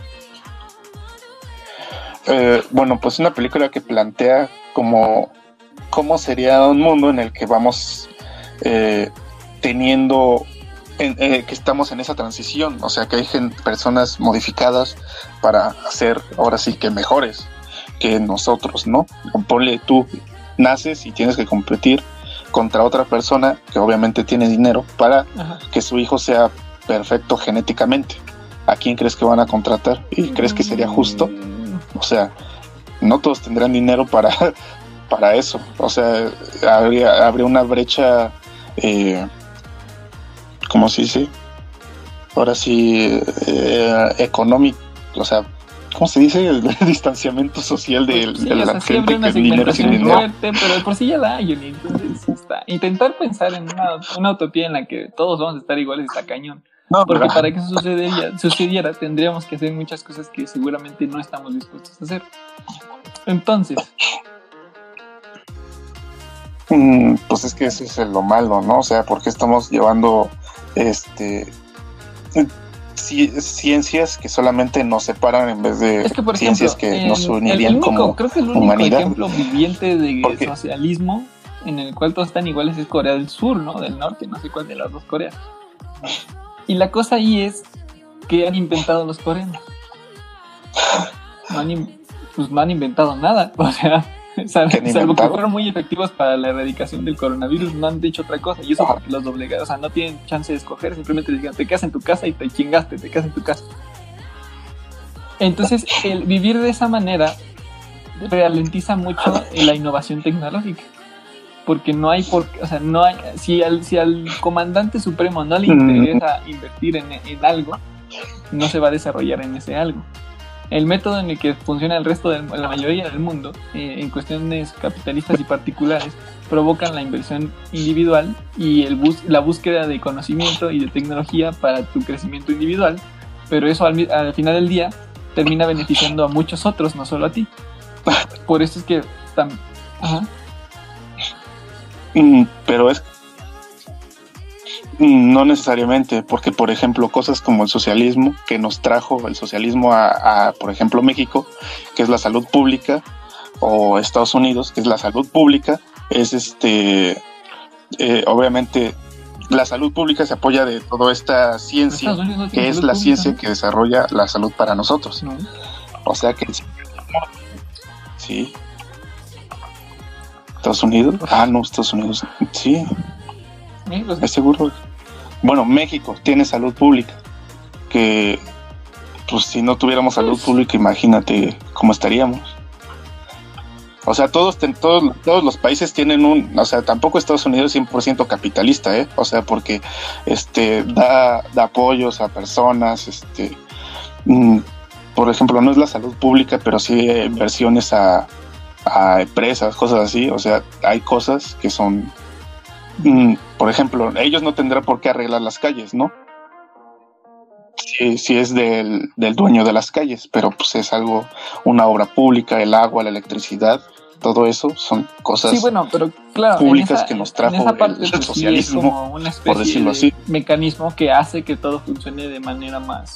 Speaker 4: Eh, bueno, pues una película que plantea como cómo sería un mundo en el que vamos eh, teniendo en, eh, que estamos en esa transición, o sea, que hay gen- personas modificadas para hacer ahora sí que mejores que nosotros, ¿no? Ponle tú naces y tienes que competir contra otra persona que obviamente tiene dinero para Ajá. que su hijo sea perfecto genéticamente. ¿A quién crees que van a contratar? ¿Y mm. crees que sería justo? O sea, no todos tendrán dinero para, para eso. O sea, habría, habría una brecha, eh, ¿cómo se dice? Ahora sí, eh, económica, o sea, ¿cómo se dice? El distanciamiento social de, pues sí, de la o sea, gente que tiene dinero sin dinero.
Speaker 3: Fuerte, pero por sí ya la hay, entonces está. Intentar pensar en una, una utopía en la que todos vamos a estar iguales está cañón. No, porque pero... para que eso sucediera, sucediera tendríamos que hacer muchas cosas que seguramente no estamos dispuestos a hacer. Entonces...
Speaker 4: Mm, pues es que eso es lo malo, ¿no? O sea, porque estamos llevando este... ciencias que solamente nos separan en vez de es que, por ciencias ejemplo, que nos unirían
Speaker 3: único,
Speaker 4: como
Speaker 3: creo que el único
Speaker 4: humanidad.
Speaker 3: Ejemplo viviente de Porque... socialismo en el cual todos están iguales es Corea del Sur, ¿no? Del Norte, no sé cuál de las dos Coreas. Y la cosa ahí es que han inventado los coreanos. No han, pues no han inventado nada, o sea, salvo, salvo que fueron muy efectivos para la erradicación del coronavirus, no han dicho otra cosa, y eso porque los doblegados, o sea, no tienen chance de escoger, simplemente digan, te quedas en tu casa y te chingaste, te quedas en tu casa. Entonces, el vivir de esa manera ralentiza mucho la innovación tecnológica, porque no hay por, o sea, no hay, si al, si al comandante supremo no le interesa invertir en, en algo, no se va a desarrollar en ese algo. El método en el que funciona el resto de la mayoría del mundo, eh, en cuestiones capitalistas y particulares, provocan la inversión individual y el bus- la búsqueda de conocimiento y de tecnología para tu crecimiento individual, pero eso al, al final del día termina beneficiando a muchos otros, no solo a ti. Por eso es que... Tam- Ajá.
Speaker 4: Mm, pero es no necesariamente, porque por ejemplo cosas como el socialismo, que nos trajo el socialismo a, a por ejemplo México, que es la salud pública, o Estados Unidos, que es la salud pública, es este, eh, obviamente la salud pública se apoya de toda esta ciencia, no que es la pública, ciencia, ¿no?, que desarrolla la salud para nosotros. No. O sea que sí. Estados Unidos, ah no, Estados Unidos, sí. ¿Es seguro? Bueno, México tiene salud pública, que pues si no tuviéramos salud pública, imagínate cómo estaríamos. O sea, todos, todos, todos los países tienen un, o sea, tampoco Estados Unidos es cien por ciento capitalista, ¿eh? O sea, porque este da, da apoyos a personas, este, mm, por ejemplo, no es la salud pública, pero sí inversiones a, a empresas, cosas así. O sea, hay cosas que son, mm, por ejemplo, ellos no tendrán por qué arreglar las calles, ¿no? Si, si es del, del dueño de las calles, pero pues es algo, una obra pública, el agua, la electricidad, todo eso son cosas, sí, bueno, pero, claro, públicas esa, que nos trajo el, parte, el socialismo, sí, es como una especie por decirlo así,
Speaker 3: de mecanismo que hace que todo funcione de manera más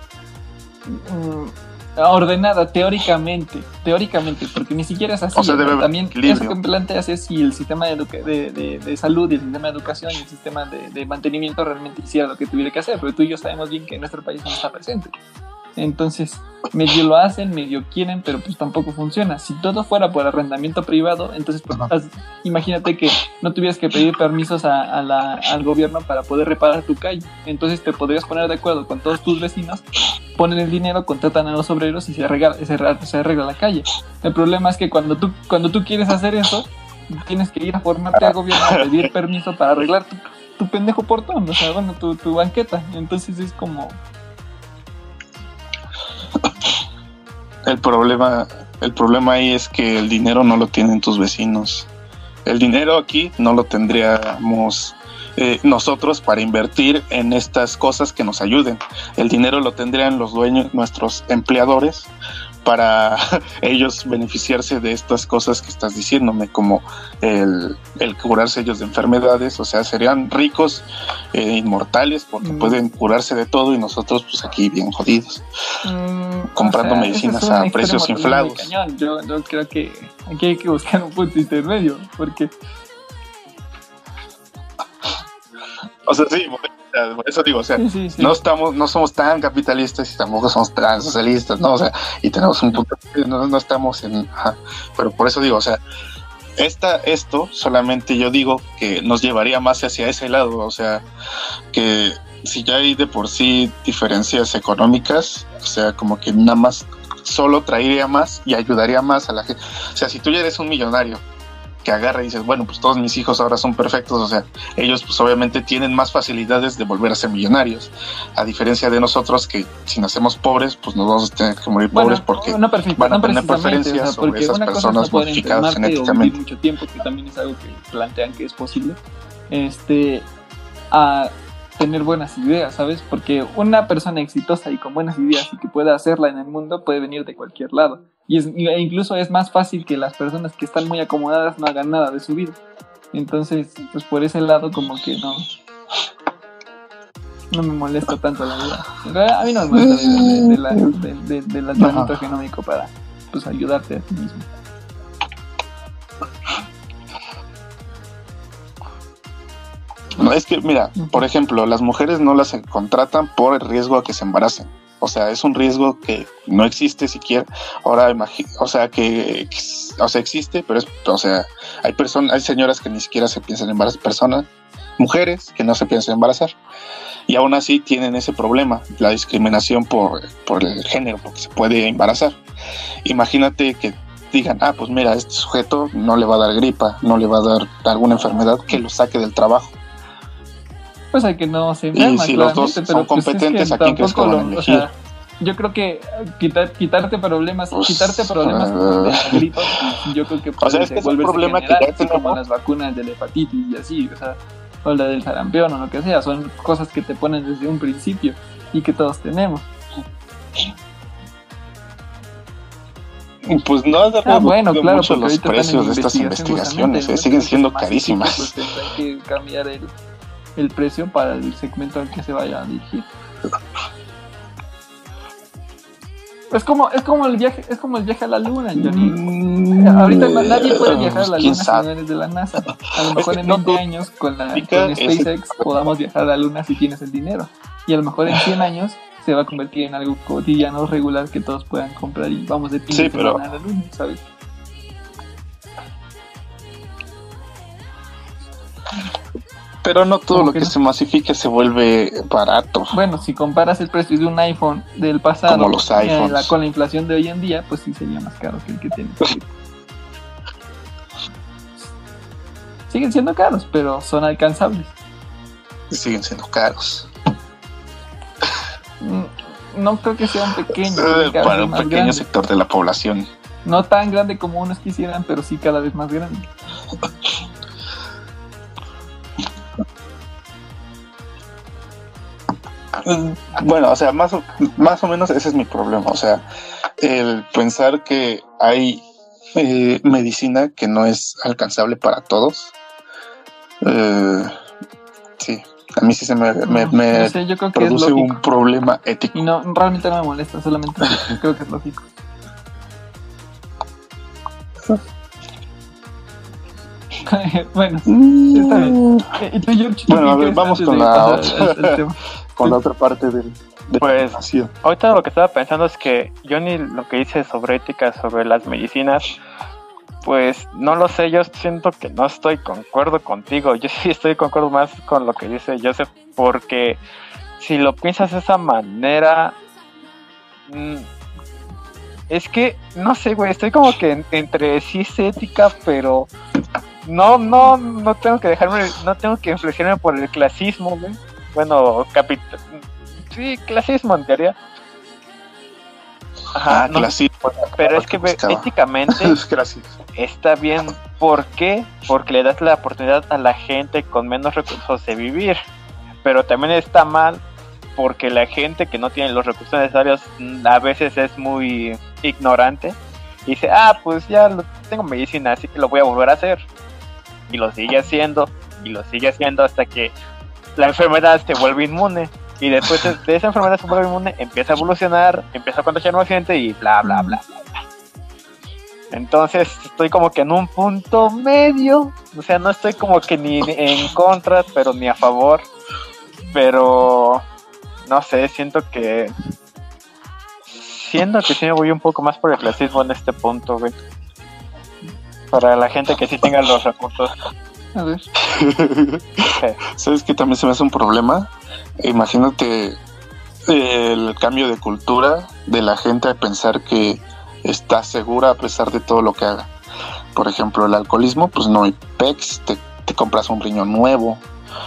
Speaker 3: mm, ordenada, teóricamente, teóricamente, porque ni siquiera es así.
Speaker 4: O sea, debe
Speaker 3: también
Speaker 4: equilibrio.
Speaker 3: Eso que planteas es si el sistema de, educa- de, de, de salud y el sistema de educación y el sistema de, de mantenimiento realmente hiciera lo que tuviera que hacer, pero tú y yo sabemos bien que en nuestro país no está presente. Entonces, medio lo hacen, medio quieren, pero pues tampoco funciona. Si todo fuera por arrendamiento privado, entonces pues, uh-huh. imagínate que no tuvieras que pedir permisos a, a la, al gobierno para poder reparar tu calle. Entonces te podrías poner de acuerdo con todos tus vecinos, ponen el dinero, contratan a los obreros y se arregla, se, se arregla la calle. El problema es que cuando tú, cuando tú quieres hacer eso, tienes que ir a formarte al gobierno a pedir permiso para arreglar tu, tu pendejo portón, o sea, bueno, tu, tu banqueta. Entonces es como...
Speaker 4: El problema, el problema ahí es que el dinero no lo tienen tus vecinos. El dinero aquí no lo tendríamos eh, nosotros para invertir en estas cosas que nos ayuden. El dinero lo tendrían los dueños, nuestros empleadores, para ellos beneficiarse de estas cosas que estás diciéndome, como el, el curarse ellos de enfermedades. O sea, serían ricos, eh, inmortales, porque mm. pueden curarse de todo, y nosotros pues aquí bien jodidos, mm, comprando o sea, medicinas a precios inflados.
Speaker 3: Yo, yo creo que aquí hay que buscar un punto intermedio, porque...
Speaker 4: O sea, sí, por eso digo, o sea, sí, sí, sí. no estamos, no somos tan capitalistas y tampoco somos tan socialistas, ¿no? O sea, y tenemos un punto, no, no estamos en, ajá, pero por eso digo, o sea, esta, esto solamente yo digo que nos llevaría más hacia ese lado, o sea, que si ya hay de por sí diferencias económicas, o sea, como que nada más solo traería más y ayudaría más a la gente. O sea, si tú ya eres un millonario que agarra y dices, bueno, pues todos mis hijos ahora son perfectos, o sea, ellos pues obviamente tienen más facilidades de volver a ser millonarios, a diferencia de nosotros que si nacemos pobres, pues nos vamos a tener que morir bueno, pobres porque
Speaker 3: no perfecto,
Speaker 4: van a
Speaker 3: no
Speaker 4: tener preferencias, o sea, sobre esas personas modificadas genéticamente.
Speaker 3: Mucho tiempo, que también es algo que plantean que es posible, este, a tener buenas ideas, ¿sabes? Porque una persona exitosa y con buenas ideas y que pueda hacerla en el mundo puede venir de cualquier lado. Y es, e incluso es más fácil que las personas que están muy acomodadas no hagan nada de su vida. Entonces, pues por ese lado como que no no me molesta tanto la vida. A mí no me molesta de, de, de la, de, de, del aislamiento económico para pues ayudarte a ti mismo.
Speaker 4: No, es que, mira, por ejemplo, las mujeres no las contratan por el riesgo a que se embaracen. O sea, es un riesgo que no existe siquiera. Ahora imagino, o sea, que, o sea, existe, pero es, o sea, hay personas, hay señoras que ni siquiera se piensan embarazar, personas, mujeres que no se piensan embarazar. Y aún así tienen ese problema, la discriminación por, por el género, porque se puede embarazar. Imagínate que digan, ah, pues mira, este sujeto no le va a dar gripa, no le va a dar alguna enfermedad que lo saque del trabajo.
Speaker 3: Pues hay que no se enferma,
Speaker 4: y si los dos
Speaker 3: pero
Speaker 4: son
Speaker 3: pues
Speaker 4: competentes,
Speaker 3: es que
Speaker 4: ¿a quién crees que van a elegir? O sea,
Speaker 3: yo creo que quitar, quitarte problemas, pues, quitarte problemas uh, de la gripa, yo creo que
Speaker 4: o sea, es que es un problema general, que ya tenemos,
Speaker 3: como las vacunas de la hepatitis y así, o sea, o la del sarampión o lo que sea, son cosas que te ponen desde un principio y que todos tenemos.
Speaker 4: Pues no has dado
Speaker 3: ah, bueno, claro,
Speaker 4: mucho los precios de estas investigaciones, eh, siguen siendo carísimas.
Speaker 3: Pues hay que cambiar el el precio para el segmento al que se vaya a dirigir. Es como, es como el viaje, es como el viaje a la luna, Johnny. Mm, Ahorita no, nadie puede viajar a la luna si no eres de la NASA. A lo mejor en veinte años con, la, con SpaceX podamos viajar a la luna si tienes el dinero. Y a lo mejor en cien años se va a convertir en algo cotidiano, regular, que todos puedan comprar y vamos de fin de semana a la luna, ¿sabes?
Speaker 4: Pero no todo lo que, que no? se masifique se vuelve barato.
Speaker 3: Bueno, si comparas el precio de un iPhone del pasado
Speaker 4: como los iPhones.
Speaker 3: La, con la inflación de hoy en día, pues sí sería más caro que el que tienes. Siguen siendo caros, pero son alcanzables.
Speaker 4: Siguen siendo caros.
Speaker 3: No creo que sean pequeños.
Speaker 4: Eh, para un pequeño grande. sector de la población.
Speaker 3: No tan grande como unos quisieran, pero sí cada vez más grande.
Speaker 4: Bueno, o sea, más o, más o menos ese es mi problema. O sea, el pensar que hay eh, medicina que no es alcanzable para todos. Eh, sí, a mí sí se me, me, me
Speaker 3: no sé, yo creo que
Speaker 4: produce un problema ético.
Speaker 3: Y no, realmente no me molesta, solamente creo que es lógico. Bueno, está bien. ¿Y tú, George,
Speaker 4: bueno, a ver, vamos con la otra, el, el con la otra parte del, de
Speaker 5: pues, la ahorita lo que estaba pensando es que Johnny lo que dice sobre ética, sobre las medicinas, pues no lo sé, yo siento que no estoy concuerdo contigo. Yo sí estoy concuerdo más con lo que dice Joseph, porque si lo piensas de esa manera, mmm, es que, no sé, güey, estoy como que entre sí es ética, pero no, no, no tengo que dejarme, no tengo que influenciarme por el clasismo, güey. Bueno, capital, sí, clasismo en teoría. Ajá,
Speaker 4: ah,
Speaker 5: no,
Speaker 4: clasismo.
Speaker 5: Pero es que éticamente está bien. ¿Por qué? Porque le das la oportunidad a la gente con menos recursos de vivir. Pero también está mal porque la gente que no tiene los recursos necesarios a veces es muy ignorante y dice, ah, pues ya lo, tengo medicina, así que lo voy a volver a hacer. Y lo sigue haciendo, y lo sigue haciendo hasta que la enfermedad se vuelve inmune. Y después de, de esa enfermedad se vuelve inmune, empieza a evolucionar, empieza a contagiar más gente y bla, bla, bla, bla, bla. Entonces estoy como que en un punto medio, o sea, no estoy como que ni en contra, pero ni a favor. Pero no sé, siento que siento que sí me voy un poco más por el clasismo en este punto, güey. Para la gente que sí tenga los recursos.
Speaker 3: A ver.
Speaker 4: Sí. ¿Sabes qué también se me hace un problema? Imagínate el cambio de cultura de la gente a pensar que está segura a pesar de todo lo que haga. Por ejemplo, el alcoholismo, pues no hay P E X, te, te compras un riñón nuevo.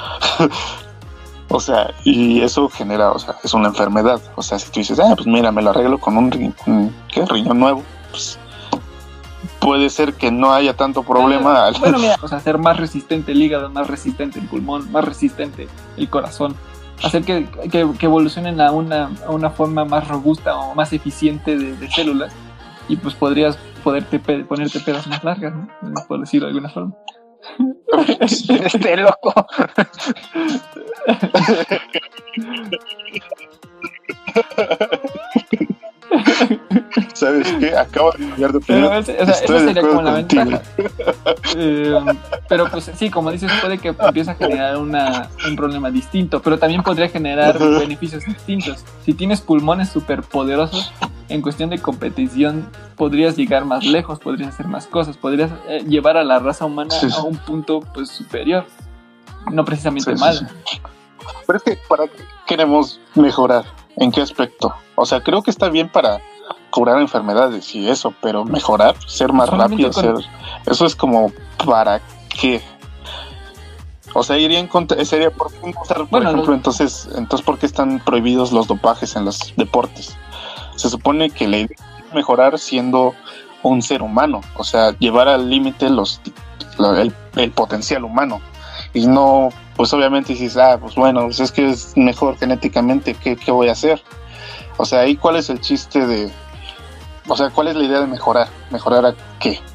Speaker 4: O sea, y eso genera, o sea, es una enfermedad. O sea, si tú dices, ah, pues mira, me lo arreglo con un, ri- un ¿qué? riñón nuevo, pues puede ser que no haya tanto problema.
Speaker 3: Al... Bueno, mira, o sea, hacer más resistente el hígado, más resistente el pulmón, más resistente el corazón. Hacer que, que, que evolucionen a una, a una forma más robusta o más eficiente de, de células. Y pues podrías poderte pe- ponerte pedas más largas, ¿no? Por decirlo de alguna forma.
Speaker 5: Este loco.
Speaker 4: ¿Sabes qué? Acabo de cambiar de opinión.
Speaker 3: Pero ese, o sea, esa sería como la contigo. Ventaja. Eh, pero pues sí, como dices, puede que empiece a generar una, un problema distinto, pero también podría generar beneficios distintos. Si tienes pulmones súper poderosos, en cuestión de competición podrías llegar más lejos, podrías hacer más cosas, podrías eh, llevar a la raza humana sí, sí. a un punto pues superior, no precisamente sí, mal. Sí, sí.
Speaker 4: Pero es que ¿para qué queremos mejorar? ¿En qué aspecto? O sea, creo que está bien para curar enfermedades y eso, pero mejorar, ser más rápido, con... ser eso es como ¿para qué? O sea, iría en contra, sería por, por bueno, ejemplo, no. entonces, entonces ¿por qué están prohibidos los dopajes en los deportes? Se supone que la idea es mejorar siendo un ser humano, o sea, llevar al límite los el, el potencial humano y no, pues obviamente dices, ah, pues bueno, pues es que es mejor genéticamente, ¿qué, qué voy a hacer? O sea, ahí cuál es el chiste de, o sea, cuál es la idea de mejorar, mejorar a qué,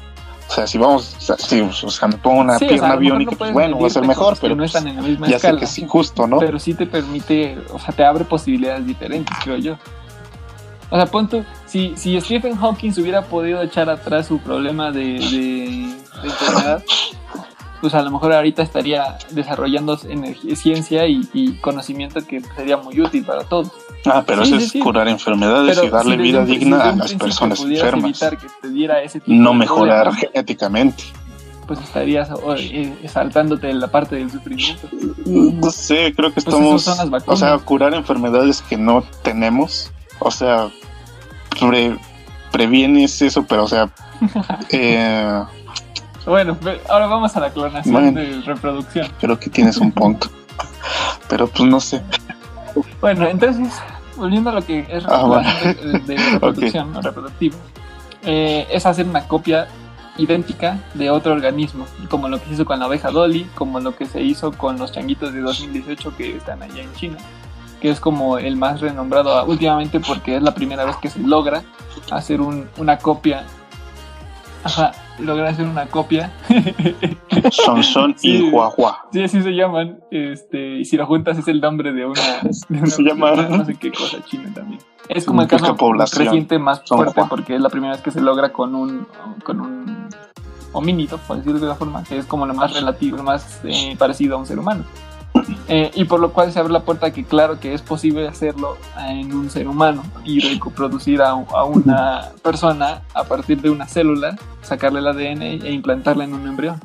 Speaker 4: O sea, si vamos, o sea, si o sea, me pongo una
Speaker 3: Sí, o
Speaker 4: pierna
Speaker 3: sea, a lo mejor
Speaker 4: biónica,
Speaker 3: no
Speaker 4: pues
Speaker 3: puedes
Speaker 4: bueno, va a ser
Speaker 3: medirte
Speaker 4: mejor,
Speaker 3: cosas que
Speaker 4: pero
Speaker 3: no
Speaker 4: pues,
Speaker 3: están en la misma
Speaker 4: ya
Speaker 3: escala,
Speaker 4: sé que es injusto, ¿no?
Speaker 3: pero sí te permite, o sea, te abre posibilidades diferentes, creo yo. O sea, pon tú, si, si Stephen Hawking hubiera podido echar atrás su problema de, de, de enfermedad, pues a lo mejor ahorita estaría desarrollando energía, ciencia y, y conocimiento que sería muy útil para todos.
Speaker 4: Ah, pero
Speaker 3: Sí,
Speaker 4: eso
Speaker 3: sí,
Speaker 4: es
Speaker 3: sí.
Speaker 4: curar enfermedades
Speaker 3: Pero
Speaker 4: y darle
Speaker 3: si
Speaker 4: vida
Speaker 3: desde un-
Speaker 4: digna
Speaker 3: si desde
Speaker 4: a
Speaker 3: un
Speaker 4: las
Speaker 3: principio
Speaker 4: personas
Speaker 3: pudieras
Speaker 4: enfermas,
Speaker 3: evitar que te diera ese tipo
Speaker 4: no
Speaker 3: de
Speaker 4: mejorar
Speaker 3: problemas,
Speaker 4: genéticamente.
Speaker 3: pues estarías oh, eh, saltándote la parte del sufrimiento.
Speaker 4: No sé, creo que
Speaker 3: Pues
Speaker 4: estamos,
Speaker 3: eso son las
Speaker 4: o
Speaker 3: vacunas.
Speaker 4: sea, curar enfermedades que no tenemos, o sea, pre- previenes eso, pero o sea, eh,
Speaker 3: Bueno, ve- ahora vamos a la clonación
Speaker 4: Bueno.
Speaker 3: de reproducción.
Speaker 4: creo que tienes un punto, pero pues no sé.
Speaker 3: Bueno, entonces, volviendo a lo que es
Speaker 4: Ah, bueno.
Speaker 3: clonación de, de reproducción o reproductiva, eh, es hacer una copia idéntica de otro organismo, como lo que se hizo con la oveja Dolly, como lo que se hizo con los changuitos de dos mil dieciocho que están allá en China, que es como el más renombrado últimamente porque es la primera vez que se logra hacer un, una copia. Ajá, logra hacer una copia.
Speaker 4: Son Son
Speaker 3: Sí.
Speaker 4: y Huahua.
Speaker 3: Sí, así se llaman. Este, y si lo juntas es el nombre de una, de una
Speaker 4: Se llama-
Speaker 3: no, no sé qué cosa china también. Es como el
Speaker 4: Pues
Speaker 3: caso
Speaker 4: qué población.
Speaker 3: reciente más
Speaker 4: Son
Speaker 3: fuerte
Speaker 4: Juan.
Speaker 3: porque es la primera vez que se logra con un con un homínido, por decirlo de una forma, que es como lo más relativo, lo más eh, parecido a un ser humano. Eh, y por lo cual se abre la puerta que claro que es posible hacerlo en un ser humano y reproducir a, a una persona a partir de una célula, sacarle el A D N e implantarla en un embrión.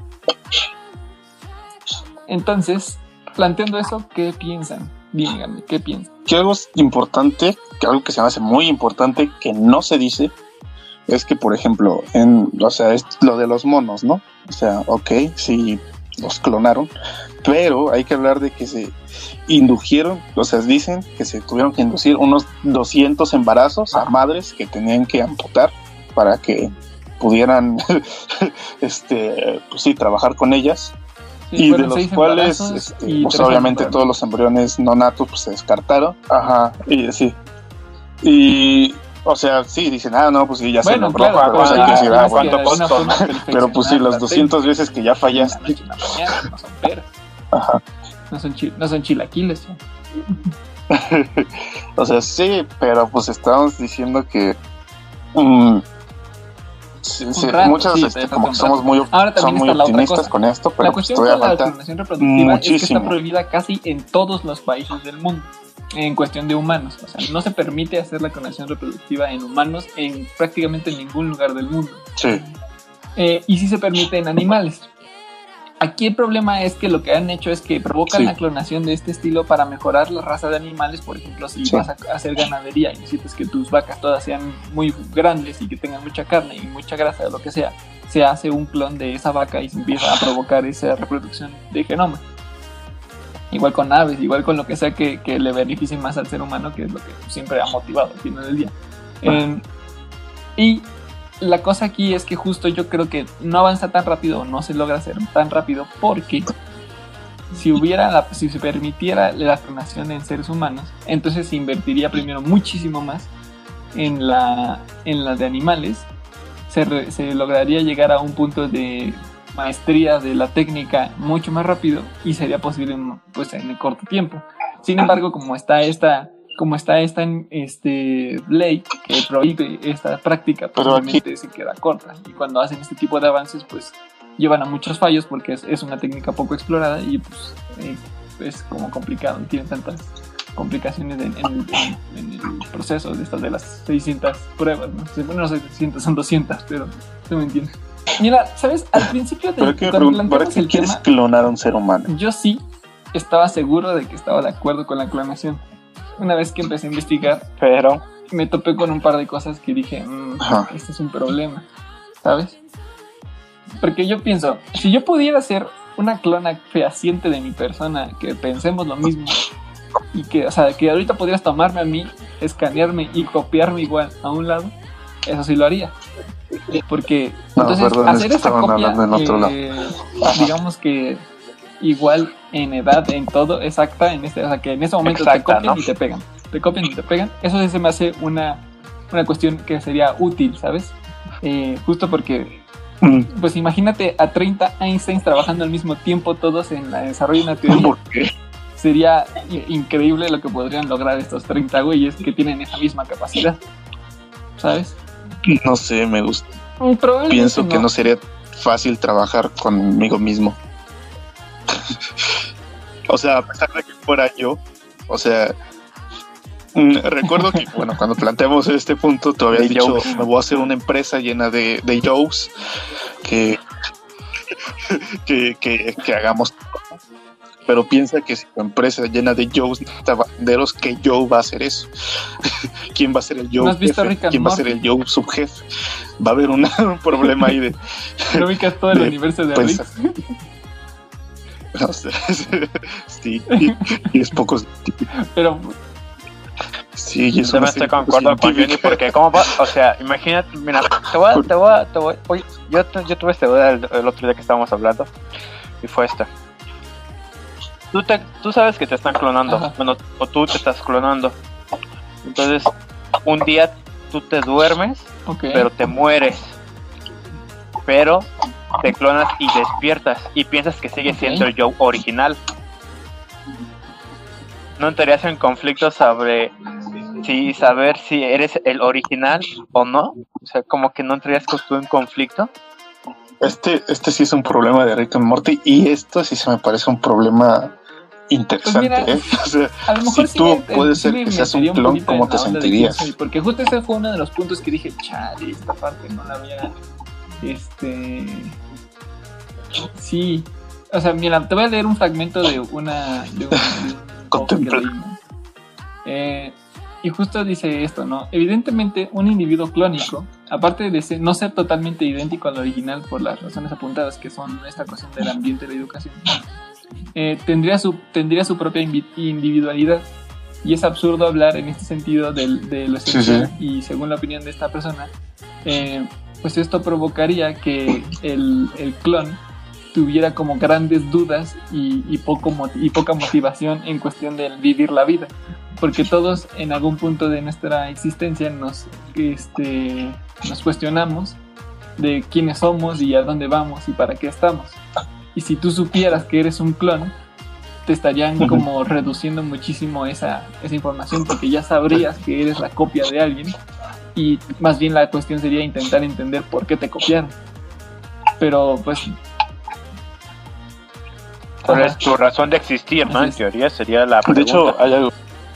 Speaker 3: Entonces, planteando eso, ¿qué piensan? Díganme, ¿qué piensan?
Speaker 4: Que algo es importante, que algo que se me hace muy importante, que no se dice, es que, por ejemplo, en, o sea, es lo de los monos, ¿no? O sea, ok, sí, los clonaron, pero hay que hablar de que se indujeron, o sea, dicen que se tuvieron que inducir unos doscientos embarazos a madres que tenían que amputar para que pudieran, este, pues sí, trabajar con ellas.
Speaker 3: Sí,
Speaker 4: Y de
Speaker 3: fueron
Speaker 4: los
Speaker 3: seis
Speaker 4: cuales,
Speaker 3: embarazos
Speaker 4: este,
Speaker 3: y
Speaker 4: pues
Speaker 3: tres
Speaker 4: obviamente
Speaker 3: embarazos.
Speaker 4: todos los embriones no natos pues, se descartaron. Ajá, y sí. Y, o sea, sí, dicen, ah, no, pues sí, ya
Speaker 3: Bueno,
Speaker 4: se logró.
Speaker 3: claro,
Speaker 4: pero, o sea, hay que decir, ah, bueno,
Speaker 3: de alguna forma
Speaker 4: pero pues sí,
Speaker 3: perfeccionar
Speaker 4: las
Speaker 3: la
Speaker 4: doscientas veces que ya
Speaker 3: técnica,
Speaker 4: fallaste.
Speaker 3: de la noche a la mañana, no son peras.
Speaker 4: Ajá.
Speaker 3: No son, chi- no son chilaquiles. ¿sí?
Speaker 4: O sea, sí, pero pues estamos diciendo que mm, sí, sí,
Speaker 3: Un rato,
Speaker 4: muchas,
Speaker 3: sí,
Speaker 4: este,
Speaker 3: te
Speaker 4: como
Speaker 3: falta
Speaker 4: que
Speaker 3: un
Speaker 4: somos muy,
Speaker 3: Ahora también
Speaker 4: son muy
Speaker 3: está la otra
Speaker 4: optimistas
Speaker 3: cosa.
Speaker 4: con esto, pero
Speaker 3: La
Speaker 4: pues
Speaker 3: cuestión
Speaker 4: todavía
Speaker 3: con la
Speaker 4: falta
Speaker 3: clonación reproductiva es que está
Speaker 4: muchísimo.
Speaker 3: prohibida casi en todos los países del mundo en cuestión de humanos. O sea, no se permite hacer la clonación reproductiva en humanos en prácticamente ningún lugar del mundo.
Speaker 4: Sí,
Speaker 3: Eh, y sí se permite en animales. Aquí el problema es que lo que han hecho es que provocan
Speaker 4: Sí.
Speaker 3: la clonación de este estilo para mejorar la raza de animales. Por ejemplo, si
Speaker 4: Sí.
Speaker 3: vas a hacer ganadería y necesitas que tus vacas todas sean muy grandes y que tengan mucha carne y mucha grasa o lo que sea, se hace un clon de esa vaca y se empieza a provocar esa reproducción de genoma. Igual con aves, igual con lo que sea que, que le beneficie más al ser humano, que es lo que siempre ha motivado al final del día. Eh, y la cosa aquí es que justo yo creo que no avanza tan rápido, no se logra hacer tan rápido, porque si hubiera la, si se permitiera la clonación en seres humanos, entonces se invertiría primero muchísimo más en la, en la de animales, se, re, se lograría llegar a un punto de maestría de la técnica mucho más rápido y sería posible pues en el corto tiempo. Sin embargo, como está esta como está esta este, ley que prohíbe esta práctica, pues
Speaker 4: Pero
Speaker 3: obviamente se queda corta. Y cuando hacen este tipo de avances, pues llevan a muchos fallos porque es, es una técnica poco explorada y pues eh, es como complicado, tiene tantas complicaciones en, en, en, en el proceso de estas de las seiscientas pruebas, ¿no? Bueno, no sé, seiscientas, son doscientas, pero tú me entiendes. Mira, ¿sabes? Al principio de
Speaker 4: pero que me
Speaker 3: cuando
Speaker 4: pregunto, ¿para
Speaker 3: planteamos
Speaker 4: qué
Speaker 3: el
Speaker 4: quieres
Speaker 3: tema,
Speaker 4: clonar a un ser humano?
Speaker 3: yo sí estaba seguro de que estaba de acuerdo con la clonación. Una vez que empecé a investigar,
Speaker 5: Pero
Speaker 3: me topé con un par de cosas que dije, mmm,
Speaker 4: Ajá.
Speaker 3: este es un problema, ¿sabes? Porque yo pienso, si yo pudiera hacer una clona fehaciente de mi persona, que pensemos lo mismo, y que, o sea, que ahorita podrías tomarme a mí, escanearme y copiarme igual a un lado, eso sí lo haría. Porque,
Speaker 4: No,
Speaker 3: entonces,
Speaker 4: perdón, es
Speaker 3: hacer
Speaker 4: que
Speaker 3: esa
Speaker 4: estaban
Speaker 3: copia,
Speaker 4: hablando en otro lado.
Speaker 3: eh, digamos que igual en edad, en todo, exacta, en este, o sea, que en ese momento
Speaker 5: Exacta,
Speaker 3: te copian
Speaker 5: ¿no?
Speaker 3: y te pegan, te copian y te pegan, eso sí se me hace una, una cuestión que sería útil, ¿sabes? Eh, justo porque
Speaker 4: Mm.
Speaker 3: Pues imagínate a treinta Einsteins trabajando al mismo tiempo, todos en el desarrollo de una teoría.
Speaker 4: ¿Por qué?
Speaker 3: Sería i- increíble lo que podrían lograr estos treinta güeyes que tienen esa misma capacidad, ¿sabes?
Speaker 4: No sé, me gusta.
Speaker 3: Mm, Probablemente
Speaker 4: Pienso que no sería fácil trabajar conmigo mismo. O sea, a pesar de que fuera yo, o sea, mm, recuerdo que, bueno, cuando planteamos este punto, tú habías
Speaker 5: De
Speaker 4: dicho,
Speaker 5: Joes.
Speaker 4: me voy a hacer una empresa llena de, de Joes que, que, que, que hagamos. Pero piensa que si tu empresa llena de Joes necesita banderos, ¿qué Joe va a hacer eso? ¿Quién va a ser el Joe
Speaker 3: ¿No has visto
Speaker 4: jefe?
Speaker 3: Rick and
Speaker 4: ¿Quién va a ser el Joe subjefe? Va a haber una- un problema ahí de...
Speaker 3: ¿No ubicas todo el
Speaker 4: de
Speaker 3: universo de
Speaker 4: pensar.
Speaker 3: Rick?
Speaker 4: O sea, sí, y, y es poco...
Speaker 3: Pero
Speaker 4: Sí, y es
Speaker 5: Yo no
Speaker 4: una
Speaker 5: estoy
Speaker 4: serie poco
Speaker 5: concuerdo con Johnny
Speaker 4: científica.
Speaker 5: porque cómo va, o sea, imagínate, mira, te voy a, te voy a, te voy, oye, yo, tu- yo tuve esta duda el, el otro día que estábamos hablando y fue esta. Tú, te, tú sabes que te están clonando,
Speaker 3: Ajá.
Speaker 5: bueno, o tú te estás clonando. Entonces, un día tú te duermes,
Speaker 3: ok.
Speaker 5: pero te mueres. Pero te clonas y despiertas y piensas que sigue
Speaker 3: Ok.
Speaker 5: siendo el Joe original. ¿No entrarías en conflicto sobre si saber si eres el original o no? O sea, como que no entrarías con tú en conflicto.
Speaker 4: Este, este sí es un problema de Rick and Morty y esto sí se me parece un problema interesante.
Speaker 3: Pues mira,
Speaker 4: ¿eh? O sea,
Speaker 3: A lo mejor
Speaker 4: si
Speaker 3: sí
Speaker 4: tú
Speaker 3: me-
Speaker 4: puede
Speaker 3: sí
Speaker 4: ser
Speaker 3: me
Speaker 4: que seas un
Speaker 3: metería
Speaker 4: clon,
Speaker 3: poquito
Speaker 4: ¿cómo
Speaker 3: en
Speaker 4: te
Speaker 3: la onda de
Speaker 4: sentirías?
Speaker 3: quién soy, porque justo ese fue uno de los puntos que dije, chale, esta parte no la había, este, sí, o sea, mira, te voy a leer un fragmento de una, de un, de un post que
Speaker 4: Contempla.
Speaker 3: leí, ¿no? Eh, y justo dice esto, ¿no? Evidentemente, un individuo clónico, aparte de ser- no ser totalmente idéntico al original por las razones apuntadas, que son esta cuestión del ambiente y la educación, eh, tendría, su, tendría su propia invi- individualidad. Y es absurdo hablar en este sentido del- de, lo
Speaker 4: Sí,
Speaker 3: esencial. Y según la opinión de esta persona, eh, pues esto provocaría que el, el clon tuviera como grandes dudas y, y, poco moti- y poca motivación en cuestión del vivir la vida. Porque todos en algún punto de nuestra existencia nos, este, nos cuestionamos de quiénes somos y a dónde vamos y para qué estamos. Y si tú supieras que eres un clon, te estarían
Speaker 4: Ujú.
Speaker 3: como reduciendo muchísimo esa, esa información porque ya sabrías que eres la copia de alguien y más bien la cuestión sería intentar entender por qué te copiaron. Pero pues...
Speaker 5: ¿Cuál
Speaker 3: Ajá.
Speaker 5: es tu razón de existir, no?
Speaker 3: Así
Speaker 5: En
Speaker 3: es.
Speaker 5: teoría sería la pregunta.
Speaker 4: De hecho, hay algo.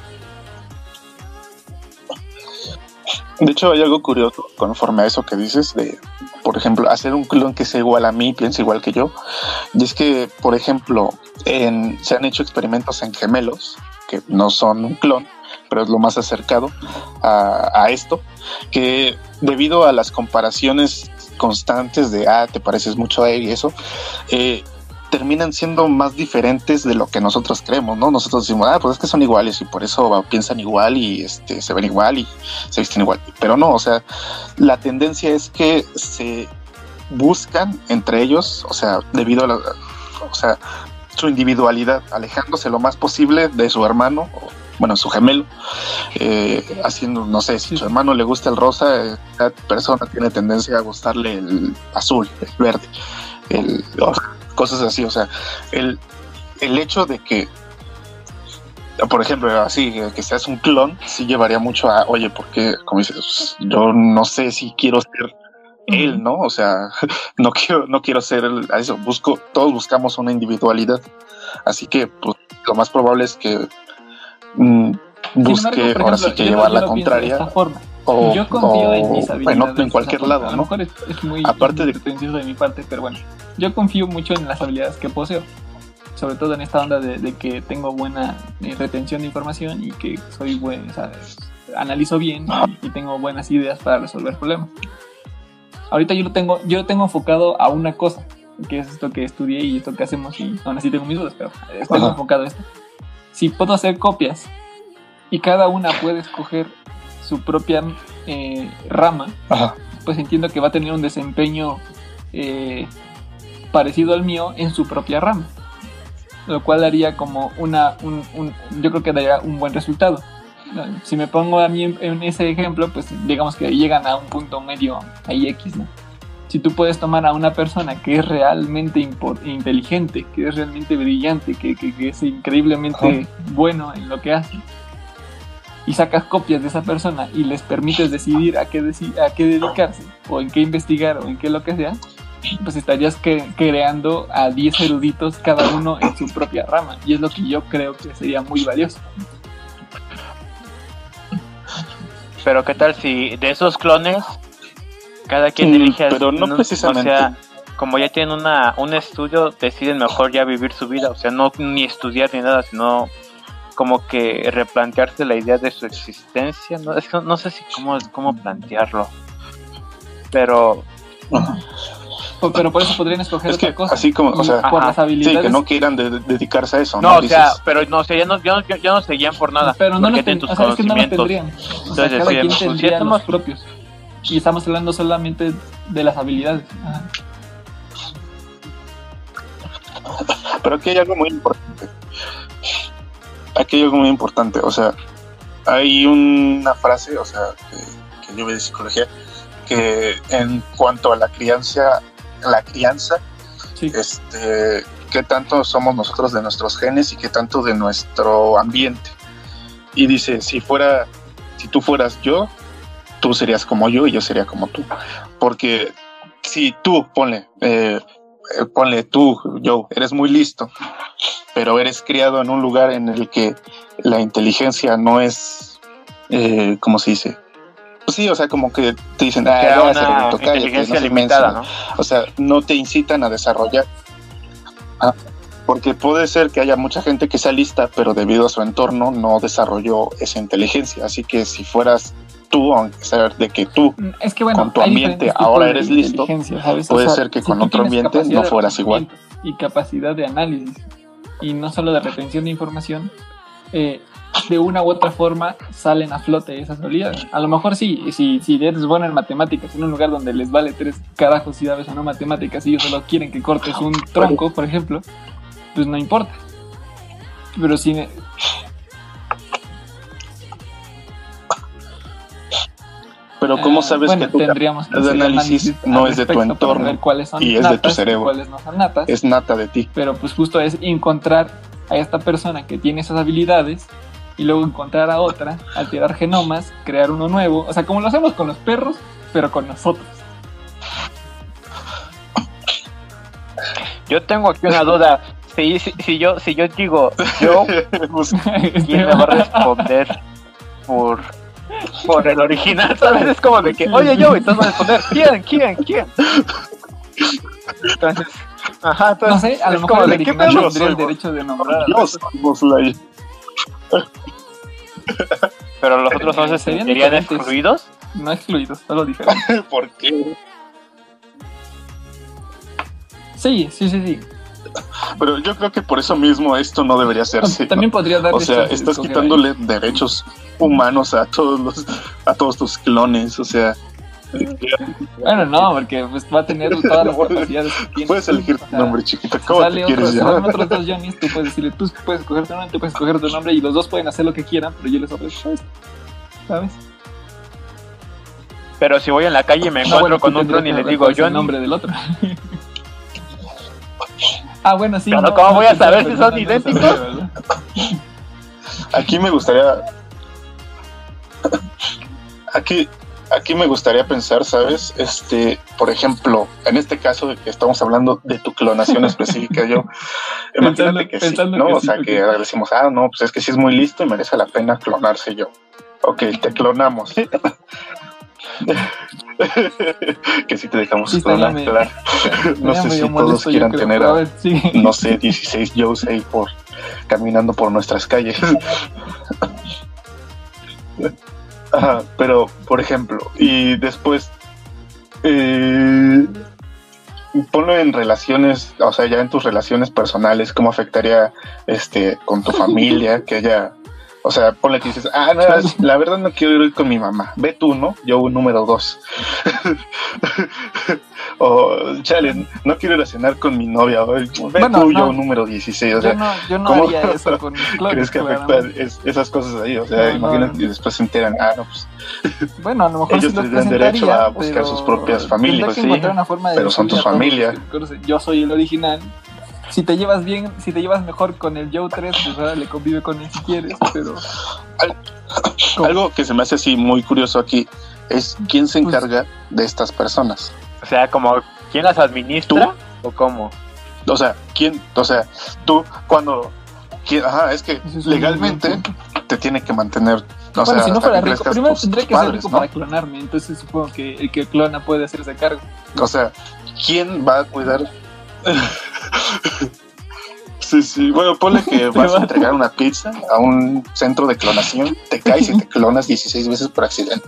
Speaker 4: De hecho, hay algo curioso conforme a eso que dices de, por ejemplo, hacer un clon que sea igual a mí, piensa igual que yo. Y es que, por ejemplo, en, se han hecho experimentos en gemelos que no son un clon, pero es lo más acercado a, a esto, que debido a las comparaciones constantes de, ah, te pareces mucho a él y eso, eh, terminan siendo más diferentes de lo que nosotros creemos, ¿no? Nosotros decimos, ah, pues es que son iguales y por eso piensan igual y este, se ven igual y se visten igual. Pero no, o sea, la tendencia es que se buscan entre ellos, o sea, debido a la, o sea, su individualidad, alejándose lo más posible de su hermano, o, bueno, su gemelo, eh, haciendo, no sé, si a su hermano le gusta el rosa, eh, cada persona tiene tendencia a gustarle el azul, el verde, el, o sea, cosas así, o sea, el, el hecho de que, por ejemplo, así, que seas un clon, sí llevaría mucho a, oye, porque, como dices, yo no sé si quiero ser él, ¿no? O sea, no quiero, no quiero ser el, a eso, busco, todos buscamos una individualidad, así que, pues, lo más probable es que mm, busque,
Speaker 3: Sin embargo, por
Speaker 4: ahora
Speaker 3: ejemplo,
Speaker 4: sí que
Speaker 3: yo no-
Speaker 4: llevar
Speaker 3: yo
Speaker 4: la
Speaker 3: no pienso de
Speaker 4: contraria,
Speaker 3: esta forma.
Speaker 4: o,
Speaker 3: Yo confío
Speaker 4: o
Speaker 3: en mis habilidades.
Speaker 4: en, en cualquier
Speaker 3: o sea,
Speaker 4: lado,
Speaker 3: A lo
Speaker 4: ¿no?
Speaker 3: mejor es, es muy
Speaker 4: Aparte de-
Speaker 3: pretencioso de mi parte, pero bueno, yo confío mucho en las habilidades que poseo. Sobre todo en esta onda de, de que tengo buena eh, retención de información y que soy buen, o sea, analizo bien y, y tengo buenas ideas para resolver problemas. Ahorita yo lo tengo, yo lo tengo enfocado a una cosa, que es esto que estudié y esto que hacemos, y aún así tengo mis dudas, pero estoy
Speaker 4: Ajá.
Speaker 3: enfocado a esto. Si puedo hacer copias y cada una puede escoger su propia eh, rama,
Speaker 4: Ajá.
Speaker 3: pues entiendo que va a tener un desempeño eh, parecido al mío en su propia rama, lo cual daría como una, un, un, yo creo que daría un buen resultado. Si me pongo a mí en, en ese ejemplo, pues digamos que llegan a un punto medio ahí X, ¿no? si tú puedes tomar a una persona que es realmente impor- inteligente, que es realmente brillante, que, que, que es increíblemente uh-huh. bueno en lo que hace, y sacas copias de esa persona y les permites decidir a qué, deci- a qué dedicarse, o en qué investigar, o en qué lo que sea, pues estarías que, creando a diez eruditos cada uno en su propia rama, y es lo que yo creo que sería muy valioso.
Speaker 5: Pero qué tal si de esos clones cada quien mm, elige,
Speaker 4: pero no
Speaker 5: no,
Speaker 4: precisamente,
Speaker 5: o sea, como ya tienen una un estudio, deciden mejor ya vivir su vida, o sea, no ni estudiar ni nada, sino como que replantearse la idea de su existencia. No, es que no sé si cómo, cómo plantearlo, pero
Speaker 3: uh-huh. pero por eso podrían escoger
Speaker 4: es
Speaker 3: otra
Speaker 4: que,
Speaker 3: cosa,
Speaker 4: así como, o sea,
Speaker 3: por las habilidades,
Speaker 4: sí, que no quieran de, de dedicarse a eso,
Speaker 5: no,
Speaker 4: no
Speaker 5: o sea,
Speaker 4: dices,
Speaker 5: pero no, o sea, ya no, ya no, ya no seguían por nada,
Speaker 3: pero no
Speaker 5: porque
Speaker 3: los ten,
Speaker 5: tus
Speaker 3: o sea, es que no los
Speaker 5: conocimientos.
Speaker 3: tendrían, o sea,
Speaker 5: Entonces,
Speaker 3: cada
Speaker 5: deciden,
Speaker 3: quien
Speaker 5: pues,
Speaker 3: tendría
Speaker 5: ya estamos
Speaker 3: los propios, y estamos hablando solamente de las habilidades. Ajá.
Speaker 4: Pero aquí hay algo muy importante. Aquí hay algo muy importante. O sea, hay una frase, o sea, que, que yo veo de psicología, que en cuanto a la crianza, la crianza, sí. este, qué tanto somos nosotros de nuestros genes y qué tanto de nuestro ambiente. Y dice, si fuera, si tú fueras yo, tú serías como yo y yo sería como tú. Porque si tú, ponle, eh, ponle tú, yo, eres muy listo, pero eres criado en un lugar en el que la inteligencia no es, eh, ¿cómo se dice? Pues sí, o sea, como que te dicen, ah, ya,
Speaker 5: una
Speaker 4: cerebrito, cállate, no seas menso, ¿no? O sea, no te incitan a desarrollar. Ah, porque puede ser que haya mucha gente que sea lista, pero debido a su entorno no desarrolló esa inteligencia. Así que si fueras tú, aunque sea de que tú
Speaker 3: es que, bueno,
Speaker 4: con tu ambiente ahora eres listo,
Speaker 3: ¿sabes?
Speaker 4: puede
Speaker 3: o sea,
Speaker 4: ser que
Speaker 3: si
Speaker 4: con otro ambiente no fueras igual.
Speaker 3: Y capacidad de análisis, y no solo de retención de información, eh, de una u otra forma salen a flote esas habilidades. A lo mejor sí, si, si eres bueno en matemáticas, en un lugar donde les vale tres carajos si sabes o no matemáticas, y ellos solo quieren que cortes un tronco, por ejemplo, pues no importa. Pero si...
Speaker 4: Pero ¿cómo sabes
Speaker 3: uh, bueno,
Speaker 4: que tu
Speaker 3: tendríamos que
Speaker 4: de análisis no es de tu entorno y es
Speaker 3: natas,
Speaker 4: de tu cerebro?
Speaker 3: Cuáles no son natas,
Speaker 4: es nata de ti.
Speaker 3: Pero pues justo es encontrar a esta persona que tiene esas habilidades y luego encontrar a otra, alterar genomas, crear uno nuevo. O sea, como lo hacemos con los perros, pero con nosotros.
Speaker 5: Yo tengo aquí una duda. Si, si, si yo si yo digo yo, ¿quién me va a responder por... por el original? ¿Sabes? Es como de que, oye, yo, y todos van a responder, ¿quién? ¿Quién? ¿Quién? Entonces, ajá, entonces,
Speaker 3: no sé, a lo mejor el original
Speaker 4: yo
Speaker 3: tendría el derecho de nombrar.
Speaker 4: Yo soy Buzz Lightyear.
Speaker 5: Pero los otros no se sentirían excluidos.
Speaker 3: No excluidos, solo diferentes.
Speaker 4: ¿Por qué?
Speaker 3: Sí, sí, sí, sí.
Speaker 4: Pero yo creo que por eso mismo esto no debería hacerse.
Speaker 3: También
Speaker 4: ¿no?
Speaker 3: podría dar.
Speaker 4: O sea, estás quitándole ahí derechos humanos a todos los, a todos tus clones, o sea.
Speaker 3: Bueno, no, porque pues va a tener todas las capacidades que tiene.
Speaker 4: Puedes elegir tu o sea, nombre, chiquito. ¿Cómo
Speaker 3: sale
Speaker 4: te quieres
Speaker 3: otro,
Speaker 4: llamar?
Speaker 3: Salen otros dos Johnnys, tú puedes decirle, tú puedes escoger tu nombre, tú puedes escoger tu nombre, y los dos pueden hacer lo que quieran, pero yo les ofrezco esto, ¿sabes?
Speaker 5: Pero si voy en la calle y me encuentro no, bueno, con un clon y le digo Johnny,
Speaker 3: el nombre del otro. Ah, bueno, sí.
Speaker 5: Pero
Speaker 3: no,
Speaker 5: ¿cómo
Speaker 3: no,
Speaker 5: voy a saber
Speaker 3: no,
Speaker 5: si son
Speaker 3: no,
Speaker 5: idénticos?
Speaker 3: No saber,
Speaker 4: Aquí me gustaría... Aquí, aquí me gustaría pensar, ¿sabes? Este, por ejemplo, en este caso de que estamos hablando de tu clonación específica, yo... Imagínate que sí, ¿no? Que o sea, sí, que ahora decimos, ah, no, pues es que sí es muy listo y merece la pena clonarse yo. Ok, te clonamos. Que si te dejamos sí, clonar, me... claro. No sé si todos molesto, quieran tener a, ver, sí. no sé, dieciséis Joes ahí por, caminando por nuestras calles. Ajá, pero, por ejemplo, y después eh, ponlo en relaciones, o sea, ya en tus relaciones personales, ¿cómo afectaría este con tu familia que haya... O sea, ponle que dices, ah, no, la verdad no quiero ir con mi mamá. Ve tú, ¿no? Yo número dos. O, chale, no quiero ir a cenar con mi novia. Ven
Speaker 3: Bueno,
Speaker 4: tú,
Speaker 3: no.
Speaker 4: yo número dieciséis. O sea,
Speaker 3: Yo no, yo no
Speaker 4: ¿cómo
Speaker 3: haría eso con mis clones.
Speaker 4: ¿crees que afecta
Speaker 3: claramente.
Speaker 4: es- esas cosas ahí? O sea,
Speaker 3: No,
Speaker 4: imagínate
Speaker 3: no.
Speaker 4: y después se enteran, ah, no, pues
Speaker 3: Bueno, a lo mejor
Speaker 4: ellos
Speaker 3: sí los
Speaker 4: tendrían derecho
Speaker 3: presentaría,
Speaker 4: a buscar
Speaker 3: pero
Speaker 4: sus propias familias,
Speaker 3: tendrá que
Speaker 4: sí,
Speaker 3: encontrar una forma de
Speaker 4: pero son tu
Speaker 3: decirle a todos
Speaker 4: familia.
Speaker 3: que conocen, yo soy el original. Si te llevas bien, si te llevas mejor con el Joe tres, pues ahora le convive con él si quieres, pero... ¿Cómo?
Speaker 4: algo que se me hace así muy curioso aquí es quién se
Speaker 3: Pues-
Speaker 4: encarga de estas personas.
Speaker 5: O sea, como, ¿quién las administra? ¿O cómo?
Speaker 4: O sea, quién, o sea, tú cuando, quién- ajá, es que
Speaker 3: Ese es un
Speaker 4: legalmente
Speaker 3: buen punto.
Speaker 4: te tiene que mantener. O
Speaker 3: Bueno,
Speaker 4: sea,
Speaker 3: si no
Speaker 4: hasta
Speaker 3: fuera
Speaker 4: que
Speaker 3: rico,
Speaker 4: crezcas
Speaker 3: primero
Speaker 4: tus-
Speaker 3: tendría
Speaker 4: tus
Speaker 3: que ser
Speaker 4: padres,
Speaker 3: rico
Speaker 4: ¿no?
Speaker 3: para clonarme, entonces supongo que el que clona puede hacerse cargo.
Speaker 4: O sea, ¿quién va a cuidar? Sí, sí. Bueno, ponle que vas a entregar una pizza a un centro de clonación, te caes y te clonas dieciséis veces por accidente.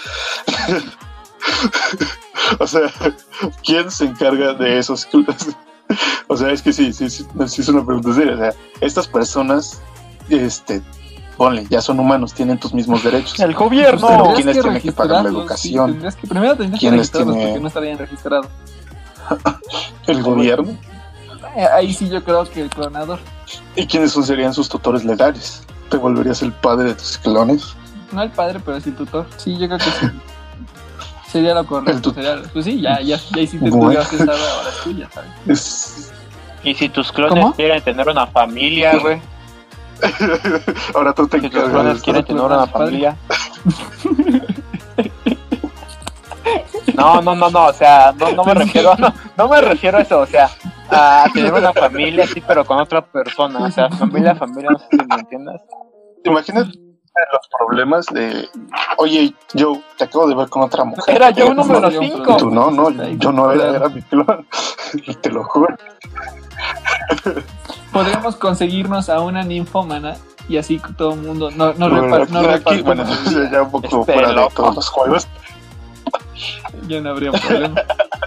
Speaker 4: O sea, ¿quién se encarga de esos clones? O sea, es que sí, sí, sí, sí es una pregunta seria. O sea, estas personas, este, ponle, ya son humanos, tienen tus mismos derechos.
Speaker 5: El gobierno.
Speaker 4: Pero
Speaker 3: Tendrías
Speaker 4: ¿quién les
Speaker 3: que
Speaker 4: tiene que pagar la
Speaker 3: registrarlos,
Speaker 4: educación?
Speaker 3: sí, tendrías que, primero tendrías que
Speaker 4: ¿Quién les
Speaker 3: registrarlos
Speaker 4: tiene-
Speaker 3: porque no estarían registrados.
Speaker 4: El gobierno.
Speaker 3: Eh, Ahí sí yo creo que el clonador.
Speaker 4: ¿Y quiénes son, serían sus tutores legales? ¿Te volverías el padre de tus clones?
Speaker 3: No el padre, pero sí el tutor. Sí, yo creo que sí. Sería lo
Speaker 4: El
Speaker 3: correcto.
Speaker 4: tut-
Speaker 3: Sería, pues sí, ya, ya, ya hiciste tu
Speaker 4: Bueno.
Speaker 3: gracia, ahora es tuya, ¿sabes?
Speaker 4: Es...
Speaker 5: Y si tus clones
Speaker 3: ¿Cómo?
Speaker 5: quieren tener una familia, güey.
Speaker 4: Ahora tú te
Speaker 5: Si tus
Speaker 4: encargas de
Speaker 5: clones
Speaker 4: esto.
Speaker 5: quieren tener
Speaker 3: clonar
Speaker 5: una
Speaker 3: a su padre.
Speaker 5: familia. No, no, no, no, o sea, no, no me refiero, no, no me refiero a eso, o sea, a tener una familia, sí, pero con otra persona, o sea, familia, familia, no sé si me entiendes.
Speaker 4: ¿Te imaginas los problemas de, oye, Joe, te acabo de ver con otra mujer?
Speaker 5: Era yo
Speaker 3: Eso
Speaker 5: número
Speaker 3: sería un
Speaker 5: cinco.
Speaker 3: problema.
Speaker 4: Tú no, no,
Speaker 3: Está ahí,
Speaker 4: yo no era,
Speaker 3: claro.
Speaker 4: era mi clon. Te lo juro.
Speaker 3: Podríamos conseguirnos a una ninfómana y así todo el mundo no, no,
Speaker 4: Bueno,
Speaker 3: repar, no
Speaker 4: aquí, bueno,
Speaker 3: repartimos.
Speaker 4: ya un poco
Speaker 5: Este
Speaker 4: fuera de
Speaker 5: loco.
Speaker 4: todos los juegos.
Speaker 3: Ya no habría problema.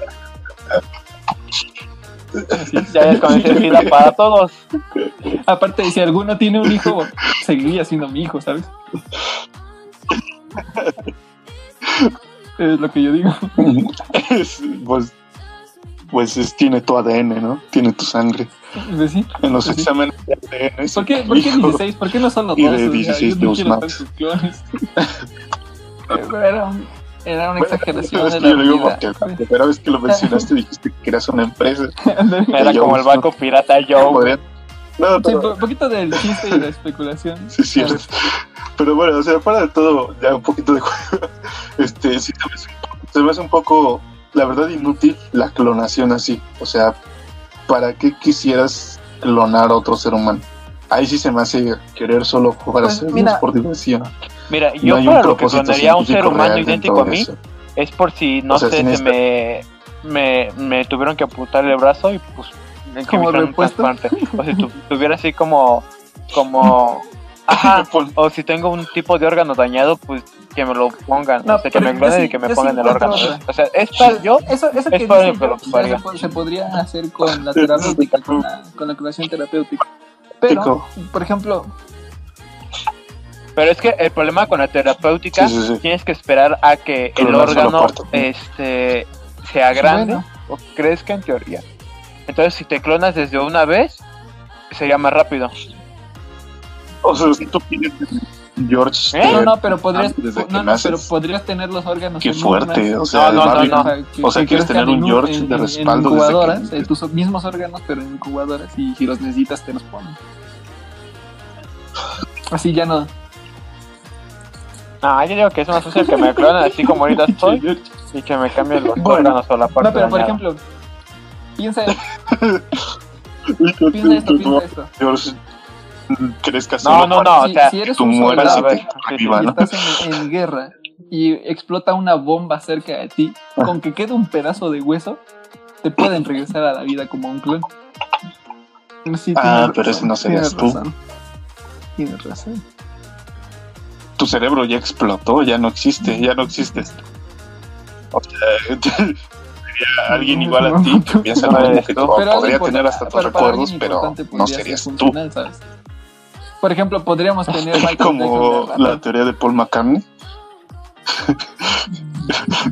Speaker 5: Ya es con ese vida para todos.
Speaker 3: Aparte, si alguno tiene un hijo, seguiría siendo mi hijo, ¿sabes? Es lo que yo digo.
Speaker 4: Es, pues, pues es- tiene tu A D N, ¿no? Tiene tu sangre.
Speaker 3: Pues sí.
Speaker 4: En los
Speaker 3: Pues sí.
Speaker 4: exámenes de A D N. es
Speaker 3: ¿Por qué,
Speaker 4: tu
Speaker 3: ¿por qué
Speaker 4: hijo.
Speaker 3: dieciséis? ¿Por qué no son los
Speaker 4: Y
Speaker 3: dos?
Speaker 4: de
Speaker 3: O sea,
Speaker 4: dieciséis
Speaker 3: yo no
Speaker 4: de
Speaker 3: quiero
Speaker 4: Usmat.
Speaker 3: tantos clones. Pero era, un- era una
Speaker 4: Bueno,
Speaker 3: exageración
Speaker 4: es
Speaker 3: de
Speaker 4: que
Speaker 3: la
Speaker 4: yo digo
Speaker 3: vida.
Speaker 4: porque la primera vez que lo mencionaste dijiste que eras una empresa.
Speaker 5: Era
Speaker 4: Yo,
Speaker 5: como el banco pirata Joe.
Speaker 4: Podría- No,
Speaker 3: Sí,
Speaker 4: pero-
Speaker 3: un poquito del chiste y la especulación.
Speaker 4: Sí, es cierto. Pero bueno, o sea, fuera de todo, ya un poquito de juego. Este, sí, se me, hace un poco, se me hace un poco, la verdad, inútil la clonación así. O sea, ¿para qué quisieras clonar a otro ser humano? Ahí sí se me hace querer solo jugar
Speaker 3: Pues,
Speaker 4: a ser
Speaker 3: mira,
Speaker 4: por diversión.
Speaker 5: Mira,
Speaker 4: No
Speaker 5: yo
Speaker 4: hay un
Speaker 5: para lo que
Speaker 4: propósito
Speaker 5: clonaría a un ser
Speaker 4: científico
Speaker 5: humano
Speaker 4: real
Speaker 5: idéntico
Speaker 4: dentro
Speaker 5: a
Speaker 4: de
Speaker 5: mí
Speaker 4: eso.
Speaker 5: es por si, no
Speaker 4: O sea,
Speaker 5: sé,
Speaker 4: sin
Speaker 5: se
Speaker 4: esta-
Speaker 5: me, me, me tuvieron que amputar el brazo y pues que
Speaker 3: ¿Como
Speaker 5: me hicieran un
Speaker 3: repuesto?
Speaker 5: trasplante. O si tu- tuviera así como, como, ajá,
Speaker 4: Pon-
Speaker 5: o si tengo un tipo de órgano dañado, pues que me lo pongan,
Speaker 3: No,
Speaker 5: o sea, que
Speaker 3: pero
Speaker 5: me
Speaker 3: yo
Speaker 5: clonen
Speaker 3: sí-
Speaker 5: y que me
Speaker 3: yo sí
Speaker 5: pongan el
Speaker 3: encuentro
Speaker 5: órgano.
Speaker 3: otra.
Speaker 5: O sea, es para yo,
Speaker 3: Eso, eso que
Speaker 5: Es para
Speaker 3: dice
Speaker 5: lo que lo
Speaker 3: yo, ya
Speaker 5: haría.
Speaker 3: se, po- se podría hacer con la terapéutica, con la, con la clonación terapéutica. Pero,
Speaker 4: Pico.
Speaker 3: por ejemplo,
Speaker 5: pero es que el problema con la terapéutica,
Speaker 4: Sí, sí, sí.
Speaker 5: tienes que esperar a que el
Speaker 4: Clonar solo
Speaker 5: órgano
Speaker 4: cuarto.
Speaker 5: este sea grande
Speaker 3: Bueno.
Speaker 5: o crezca en teoría. Entonces, si te clonas desde una vez, sería más rápido.
Speaker 4: O sea, si tú tienes George,
Speaker 5: ¿Eh?
Speaker 3: no,
Speaker 4: tener-
Speaker 3: no, pero podrías,
Speaker 4: desde que
Speaker 3: no, no,
Speaker 4: naces.
Speaker 3: pero podrías tener los órganos.
Speaker 4: Qué
Speaker 3: en
Speaker 4: fuerte,
Speaker 3: urnas,
Speaker 4: o sea,
Speaker 5: No, no,
Speaker 4: Marvin,
Speaker 5: no, no.
Speaker 3: que-
Speaker 4: O sea,
Speaker 3: que
Speaker 4: quieres
Speaker 3: crezcan
Speaker 4: tener un
Speaker 3: en
Speaker 4: George
Speaker 3: en-
Speaker 4: de
Speaker 3: en-
Speaker 4: respaldo
Speaker 3: en
Speaker 4: desde que
Speaker 3: incubadoras,
Speaker 4: naces.
Speaker 3: eh, tus mismos órganos, pero en incubadoras, y si los necesitas te los ponen. Así ya no.
Speaker 5: Ah, yo digo que es más fácil que me clonen así como ahorita estoy y que me cambien los
Speaker 3: Bueno.
Speaker 5: órganos o la parte
Speaker 3: No, pero por
Speaker 5: dañada.
Speaker 3: ejemplo, piensa, piensa esto, piensa esto.
Speaker 4: George crezca
Speaker 5: No,
Speaker 4: solo
Speaker 5: no,
Speaker 4: para
Speaker 5: no, o
Speaker 3: Si,
Speaker 5: sea,
Speaker 3: si eres
Speaker 4: tú
Speaker 3: un
Speaker 4: mueras
Speaker 3: soldado
Speaker 5: a
Speaker 4: y
Speaker 5: ver,
Speaker 4: te
Speaker 5: sí, sí,
Speaker 4: viva,
Speaker 3: y
Speaker 4: ¿no?
Speaker 3: estás en, en guerra y explota una bomba cerca de ti, con que quede un pedazo de hueso, te pueden regresar a la vida como un clon. Sí,
Speaker 4: Ah,
Speaker 3: tienes
Speaker 4: pero
Speaker 3: razón,
Speaker 4: ese no serías
Speaker 3: tienes
Speaker 4: tú.
Speaker 3: razón. Tienes razón.
Speaker 4: Tu cerebro ya explotó, ya no existe, ya no existes. O sea, sería alguien igual a ti que piensa lo mismo que tú. O
Speaker 3: Pero
Speaker 4: podría
Speaker 3: algo
Speaker 4: tener
Speaker 3: import-
Speaker 4: hasta tus
Speaker 3: pero para
Speaker 4: recuerdos,
Speaker 3: alguien
Speaker 4: pero
Speaker 3: importante
Speaker 4: no
Speaker 3: podría ser
Speaker 4: serías tú.
Speaker 3: funcional, ¿sabes? Por ejemplo, podríamos tener Michael
Speaker 4: Como
Speaker 3: Jackson de
Speaker 4: la
Speaker 3: ratón.
Speaker 4: teoría de Paul McCartney.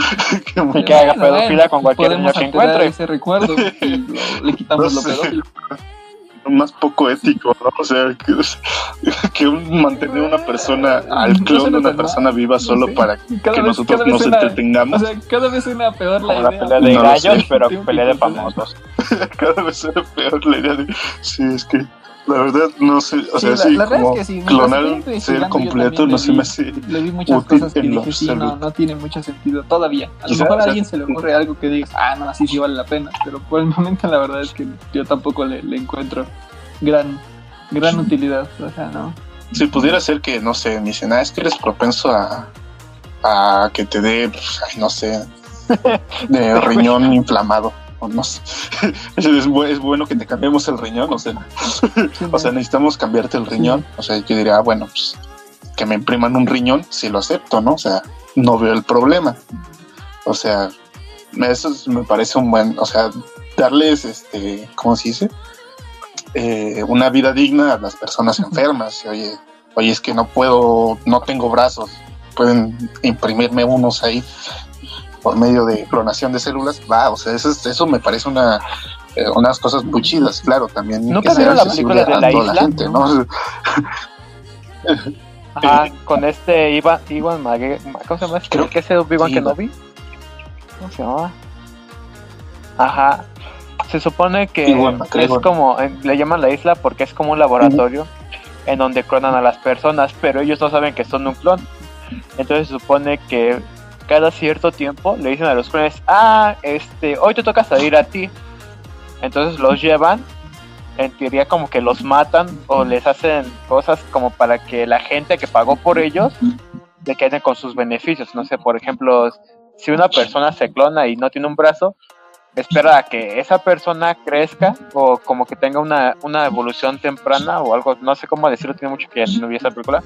Speaker 4: que
Speaker 5: Y
Speaker 4: me-
Speaker 5: que haga
Speaker 3: Bueno,
Speaker 5: pedofilia con cualquier niño
Speaker 3: podemos
Speaker 5: que
Speaker 3: alterar
Speaker 5: encuentre.
Speaker 3: ese recuerdo y lo- le quitamos
Speaker 4: No
Speaker 3: lo
Speaker 4: sé.
Speaker 3: pedófilo.
Speaker 4: más poco ético, ¿no? O sea, que, que un- mantener una persona, al
Speaker 3: No
Speaker 4: clon de
Speaker 3: suena
Speaker 4: una
Speaker 3: tan
Speaker 4: persona
Speaker 3: mal,
Speaker 4: viva
Speaker 3: no
Speaker 4: solo
Speaker 3: sé.
Speaker 4: para
Speaker 3: Cada
Speaker 4: que
Speaker 3: vez-
Speaker 4: nosotros
Speaker 3: cada vez
Speaker 4: nos
Speaker 3: suena-
Speaker 4: entretengamos.
Speaker 3: O sea, cada vez suena peor la
Speaker 5: Como la
Speaker 3: idea.
Speaker 5: pelea de
Speaker 4: No lo
Speaker 5: gallos,
Speaker 4: sé.
Speaker 5: pero
Speaker 3: Tengo que
Speaker 5: pelea de
Speaker 3: confesar.
Speaker 5: famosos.
Speaker 4: Cada vez era peor la idea de... Sí, es que la verdad no sé, o
Speaker 3: Sí,
Speaker 4: sea,
Speaker 3: la-
Speaker 4: sí,
Speaker 3: la verdad
Speaker 4: como
Speaker 3: es que sí,
Speaker 4: clonar
Speaker 3: mientras
Speaker 4: un
Speaker 3: estoy
Speaker 4: ser
Speaker 3: investigando, yo
Speaker 4: completo
Speaker 3: también
Speaker 4: no
Speaker 3: le
Speaker 4: se me
Speaker 3: vi-
Speaker 4: hace...
Speaker 3: Le vi muchas
Speaker 4: útil
Speaker 3: cosas que
Speaker 4: en lo
Speaker 3: dije, sí, no,
Speaker 4: absoluto.
Speaker 3: no tiene mucho sentido todavía. A lo
Speaker 4: Quizá,
Speaker 3: mejor
Speaker 4: o
Speaker 3: a
Speaker 4: sea,
Speaker 3: alguien se le ocurre algo que digas, ah, no, así sí vale la pena. Pero por el momento la verdad es que yo tampoco le, le encuentro gran, gran utilidad. O sea, no.
Speaker 4: Si pudiera ser que, no sé, me dicen, ah, es que eres propenso a, a que te dé, pues, ay, no sé, de riñón inflamado. O no sé. Es, bu- es bueno que te cambiemos el riñón, o sea,
Speaker 3: Sí,
Speaker 4: o sea, necesitamos cambiarte el riñón. O sea, yo diría, ah, bueno, pues que me impriman un riñón, si lo acepto, ¿no? O sea, no veo el problema. O sea, eso es- me parece un buen, o sea, darles, este, ¿cómo se dice? Eh, una vida digna a las personas enfermas. Y, Oye, oye, es que no puedo, no tengo brazos, pueden imprimirme unos ahí por medio de clonación de células. Va, o sea, eso, es- eso me parece una eh, unas cosas muy chidas, claro, también
Speaker 5: ¿Nunca
Speaker 4: que sea
Speaker 5: vieron la
Speaker 4: accesible
Speaker 5: película de
Speaker 4: a
Speaker 5: La
Speaker 4: toda
Speaker 5: Isla?
Speaker 4: la gente, ¿no?
Speaker 5: Ajá, con este Ivan, Ivan Mague, ¿cómo se llama? este?
Speaker 4: Creo
Speaker 5: ¿Qué es ese Obi-Wan
Speaker 4: sí,
Speaker 5: Kenobi? ¿Cómo se llamaba? Ajá. Se supone que
Speaker 4: Iwan McGregor.
Speaker 5: es como, eh, le llaman la isla porque es como un laboratorio en donde clonan a las personas, pero ellos no saben que son un clon. Entonces se supone que cada cierto tiempo le dicen a los clones, ah, este, hoy te toca salir a ti. Entonces los llevan, en teoría como que los matan o les hacen cosas como para que la gente que pagó por ellos se queden con sus beneficios. No sé, por ejemplo, si una persona se clona y no tiene un brazo, espera a que esa persona crezca o como que tenga una, una evolución temprana o algo, no sé cómo decirlo, tiene mucho que no vi esa película.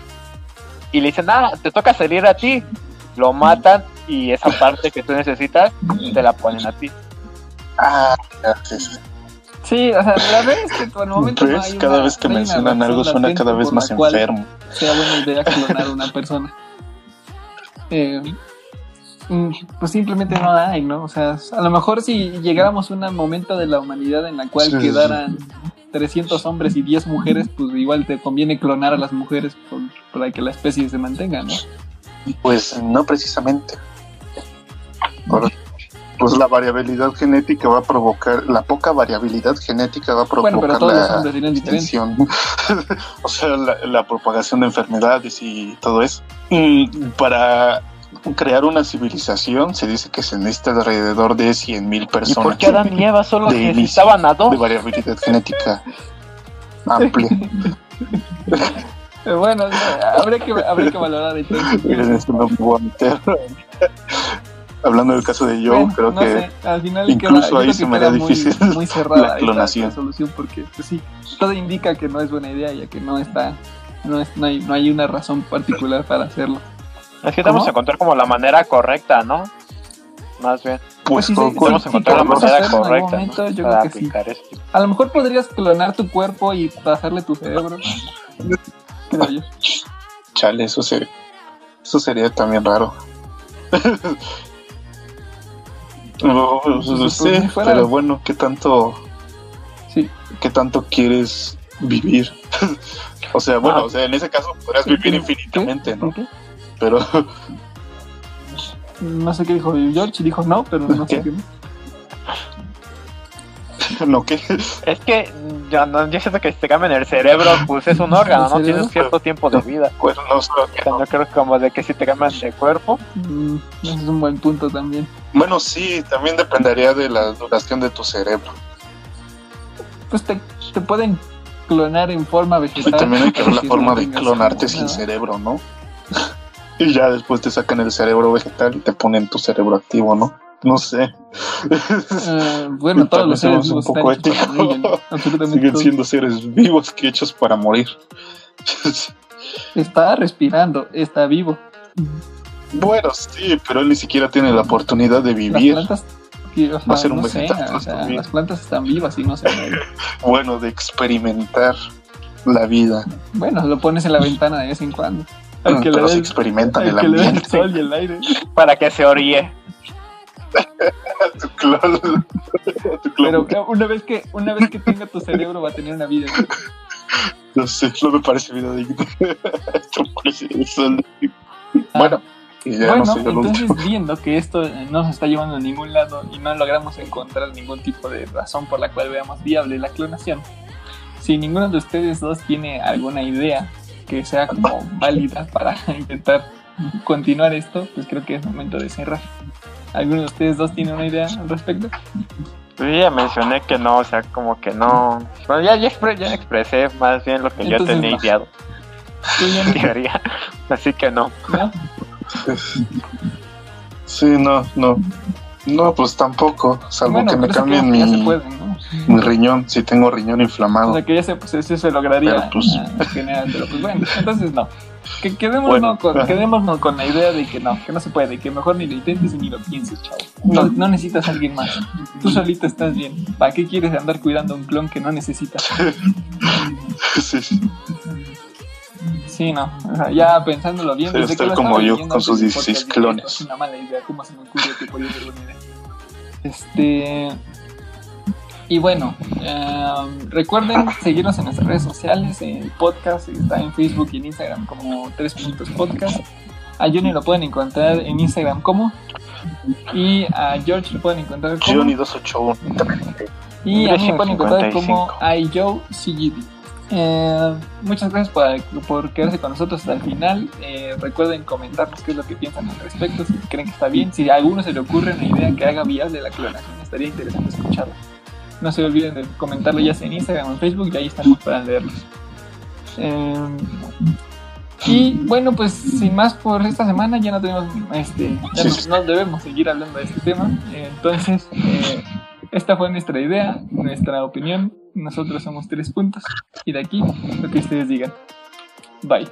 Speaker 5: Y le dicen, ah, te toca salir a ti. Lo matan y esa parte que tú necesitas te la ponen a ti.
Speaker 4: Ah, ya, sí, sí.
Speaker 3: Sí, o sea, la verdad es que por el momento no
Speaker 4: ¿Ves?
Speaker 3: hay
Speaker 4: Cada
Speaker 3: una-
Speaker 4: vez que
Speaker 3: no hay una
Speaker 4: mencionan
Speaker 3: razón
Speaker 4: algo suena
Speaker 3: latente
Speaker 4: cada vez
Speaker 3: por
Speaker 4: más
Speaker 3: la cual
Speaker 4: enfermo.
Speaker 3: sea buena idea clonar a una persona. Eh, mm, pues simplemente no la hay, ¿no? O sea, a lo mejor si llegáramos a un momento de la humanidad en la cual
Speaker 4: Sí, sí,
Speaker 3: quedaran trescientos hombres y diez mujeres, pues igual te conviene clonar a las mujeres por- para que la especie se mantenga, ¿no?
Speaker 4: Pues no precisamente. Por- pues la variabilidad genética va a provocar, la poca variabilidad genética va a provocar
Speaker 3: Bueno, pero todos los
Speaker 4: la
Speaker 3: hombres serían diferentes.
Speaker 4: extinción. O sea, la, la propagación de enfermedades y todo eso. Mm, Para crear una civilización se dice que se necesita alrededor de cien mil
Speaker 5: ¿Y
Speaker 4: personas
Speaker 5: por qué Adán y Eva solo
Speaker 4: de inicio,
Speaker 5: necesitaban a dos?
Speaker 4: de variabilidad genética amplia.
Speaker 3: Eh, Bueno, no, habría que, habría que valorar entonces.
Speaker 4: Miren, esto no me voy a meter. Hablando del caso de Joe,
Speaker 3: Bueno,
Speaker 4: creo
Speaker 3: no
Speaker 4: que
Speaker 3: sé, al final
Speaker 4: incluso
Speaker 3: queda- yo
Speaker 4: ahí
Speaker 3: creo
Speaker 4: se
Speaker 3: que
Speaker 4: me
Speaker 3: queda
Speaker 4: haría
Speaker 3: muy-
Speaker 4: difícil
Speaker 3: muy cerrada
Speaker 4: la
Speaker 3: esta-
Speaker 4: clonación.
Speaker 3: esta solución porque pues sí, todo indica que no es buena idea ya que no está no, es, no, hay, no hay una razón particular para hacerlo.
Speaker 5: Es que tenemos
Speaker 3: ¿Cómo?
Speaker 5: que encontrar como la manera correcta, ¿no? Más bien.
Speaker 4: pues
Speaker 3: sí,
Speaker 4: con-
Speaker 3: sí,
Speaker 4: con-
Speaker 5: Tenemos que encontrar la
Speaker 3: queremos
Speaker 5: manera
Speaker 3: hacerlo en algún
Speaker 5: correcta,
Speaker 3: momento,
Speaker 5: ¿no?
Speaker 3: yo
Speaker 5: Para
Speaker 3: creo que sí.
Speaker 5: aplicar esto.
Speaker 3: A lo mejor podrías clonar tu cuerpo y pasarle tu cerebro. Creo yo.
Speaker 4: chale, eso sería, eso sería también raro. No, pues,
Speaker 3: Pues, pues,
Speaker 4: sí,
Speaker 3: ni fuera-
Speaker 4: pero bueno, ¿qué tanto,
Speaker 3: Sí.
Speaker 4: qué tanto quieres vivir? O sea, bueno,
Speaker 5: Ah.
Speaker 4: o sea, en ese caso podrás
Speaker 3: ¿Qué-
Speaker 4: vivir
Speaker 3: qué-
Speaker 4: infinitamente, ¿no?
Speaker 3: ¿Qué?
Speaker 4: Pero
Speaker 3: No sé qué dijo George, dijo no, pero no sé
Speaker 4: ¿Qué?
Speaker 3: qué.
Speaker 4: no, ¿qué?
Speaker 5: Es que yo, no, yo siento que si te cambian el cerebro, pues es un órgano,
Speaker 3: ¿El
Speaker 5: ¿no?
Speaker 3: cerebro?
Speaker 5: Tienes cierto tiempo de vida.
Speaker 4: Bueno, no sé,
Speaker 5: O sea, yo creo que como de que si te cambian de cuerpo,
Speaker 3: Mm, ese es un buen punto también.
Speaker 4: bueno, sí, también dependería de la duración de tu cerebro.
Speaker 3: Pues te, te pueden clonar en forma
Speaker 4: Y
Speaker 3: vegetal.
Speaker 4: también hay que ver la
Speaker 3: Porque
Speaker 4: forma
Speaker 3: no
Speaker 4: de
Speaker 3: tengas
Speaker 4: clonarte
Speaker 3: como
Speaker 4: sin
Speaker 3: nada.
Speaker 4: cerebro, ¿no? Y ya después te sacan el cerebro vegetal y te ponen tu cerebro activo, ¿no? No sé.
Speaker 3: Eh, bueno, todos los seres
Speaker 4: Somos
Speaker 3: vivos
Speaker 4: un poco
Speaker 3: están hechos para morir,
Speaker 4: éticos.
Speaker 3: absolutamente
Speaker 4: Siguen
Speaker 3: todos.
Speaker 4: siendo seres vivos que hechos para morir.
Speaker 3: Está respirando, está vivo.
Speaker 4: Bueno, sí, pero él ni siquiera tiene la oportunidad de
Speaker 3: Las
Speaker 4: vivir.
Speaker 3: plantas, que, o sea,
Speaker 4: Va a ser un
Speaker 3: no sé,
Speaker 4: vegetal,
Speaker 3: o sea,
Speaker 4: también.
Speaker 3: las plantas están vivas y no se mueren.
Speaker 4: Bueno, de experimentar la vida.
Speaker 3: Bueno, lo pones en la ventana de vez en cuando. Al que le
Speaker 4: Pero
Speaker 3: dé
Speaker 4: se
Speaker 3: el-
Speaker 4: experimentan
Speaker 3: al
Speaker 4: el
Speaker 3: que le dé el
Speaker 4: ambiente.
Speaker 3: sol y el aire.
Speaker 5: Para que se oríe.
Speaker 4: Tu clon. Tu clon.
Speaker 3: Pero una vez que una vez que tenga tu cerebro va a tener una vida.
Speaker 4: No sé, no me parece vida digna. Esto parece eso.
Speaker 3: Ah,
Speaker 4: Bueno, y ya
Speaker 3: bueno,
Speaker 4: no sé yo lo
Speaker 3: entonces
Speaker 4: último.
Speaker 3: viendo que esto eh, no nos está llevando a ningún lado y no logramos encontrar ningún tipo de razón por la cual veamos viable la clonación, si ninguno de ustedes dos tiene alguna idea que sea como válida para intentar continuar esto, pues creo que es momento de cerrar. ¿Alguno de ustedes dos tiene una idea al respecto?
Speaker 5: Pues ya mencioné que no, o sea, como que no. Bueno, ya, ya, expre- ya expresé más bien lo que yo
Speaker 3: Entonces
Speaker 5: tenía
Speaker 3: no.
Speaker 5: ideado.
Speaker 3: ¿Tú ya
Speaker 5: En
Speaker 3: no?
Speaker 5: teoría. Así que no.
Speaker 3: ¿No?
Speaker 4: Sí, no, no. No, pues tampoco. Salvo
Speaker 3: Bueno,
Speaker 4: que me
Speaker 3: pero eso
Speaker 4: cambien
Speaker 3: creo que ya se
Speaker 4: mi,
Speaker 3: puede, ¿no?
Speaker 4: mi riñón, si tengo riñón inflamado.
Speaker 3: O sea que ya se, pues, eso se lograría
Speaker 4: Pero, pues-
Speaker 3: ah, en general, pero pues bueno, entonces no. Que quedémonos,
Speaker 4: Bueno.
Speaker 3: con, quedémonos con la idea de que no, que no se puede, que mejor ni lo intentes y ni lo pienses, chavo. No, no necesitas a alguien más. Tú solito estás bien. ¿Para qué quieres andar cuidando a un clon que no necesitas?
Speaker 4: Sí, sí.
Speaker 3: Sí, no. O sea, ya pensándolo bien,
Speaker 4: Sí,
Speaker 3: desde
Speaker 4: estar
Speaker 3: que lo
Speaker 4: como
Speaker 3: estaba
Speaker 4: yo,
Speaker 3: leyendo
Speaker 4: con
Speaker 3: antes
Speaker 4: sus
Speaker 3: del
Speaker 4: dieciséis
Speaker 3: podcast, dije,
Speaker 4: clones.
Speaker 3: "Esto es una mala idea, ¿cómo se me ocurrió que podía ser buena idea?" Este. Y bueno, eh, recuerden seguirnos en nuestras redes sociales, en el podcast, está en Facebook y en Instagram como tres puntos podcast. A Johnny lo pueden encontrar en Instagram como, y a George lo pueden encontrar como,
Speaker 4: Johnny doscientos ochenta y uno.
Speaker 3: y a mí me pueden encontrar
Speaker 5: cincuenta y
Speaker 3: como
Speaker 5: cinco.
Speaker 3: iJoeCGD. Eh, muchas gracias por, por quedarse con nosotros hasta el final. Eh, recuerden comentarnos qué es lo que piensan al respecto, si creen que está bien, si a alguno se le ocurre una idea que haga viable la clonación, estaría interesante escucharla. No se olviden de comentarlo ya sea en Instagram o en Facebook, y ahí estamos para leerlos. Eh, y bueno, pues sin más por esta semana, ya no tenemos, este, ya no, no debemos seguir hablando de este tema. Eh, entonces, eh, esta fue nuestra idea, nuestra opinión. Nosotros somos tres puntos, y de aquí lo que ustedes digan. Bye.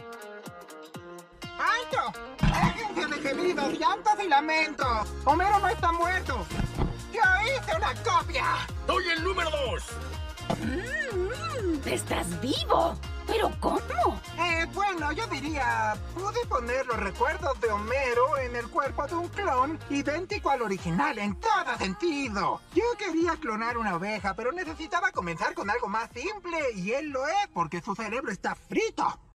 Speaker 6: ¡Alto! ¡Déjense de gemidos, llantos y lamentos! ¡Homero no está muerto! ¡Yo hice una copia!
Speaker 1: ¡Soy el número dos!
Speaker 7: Mm, ¡Estás vivo! ¿Pero cómo?
Speaker 6: Eh, bueno, yo diría... Pude poner los recuerdos de Homero en el cuerpo de un clon idéntico al original en todo sentido. Yo quería clonar una oveja, pero necesitaba comenzar con algo más simple, y él lo es porque su cerebro está frito.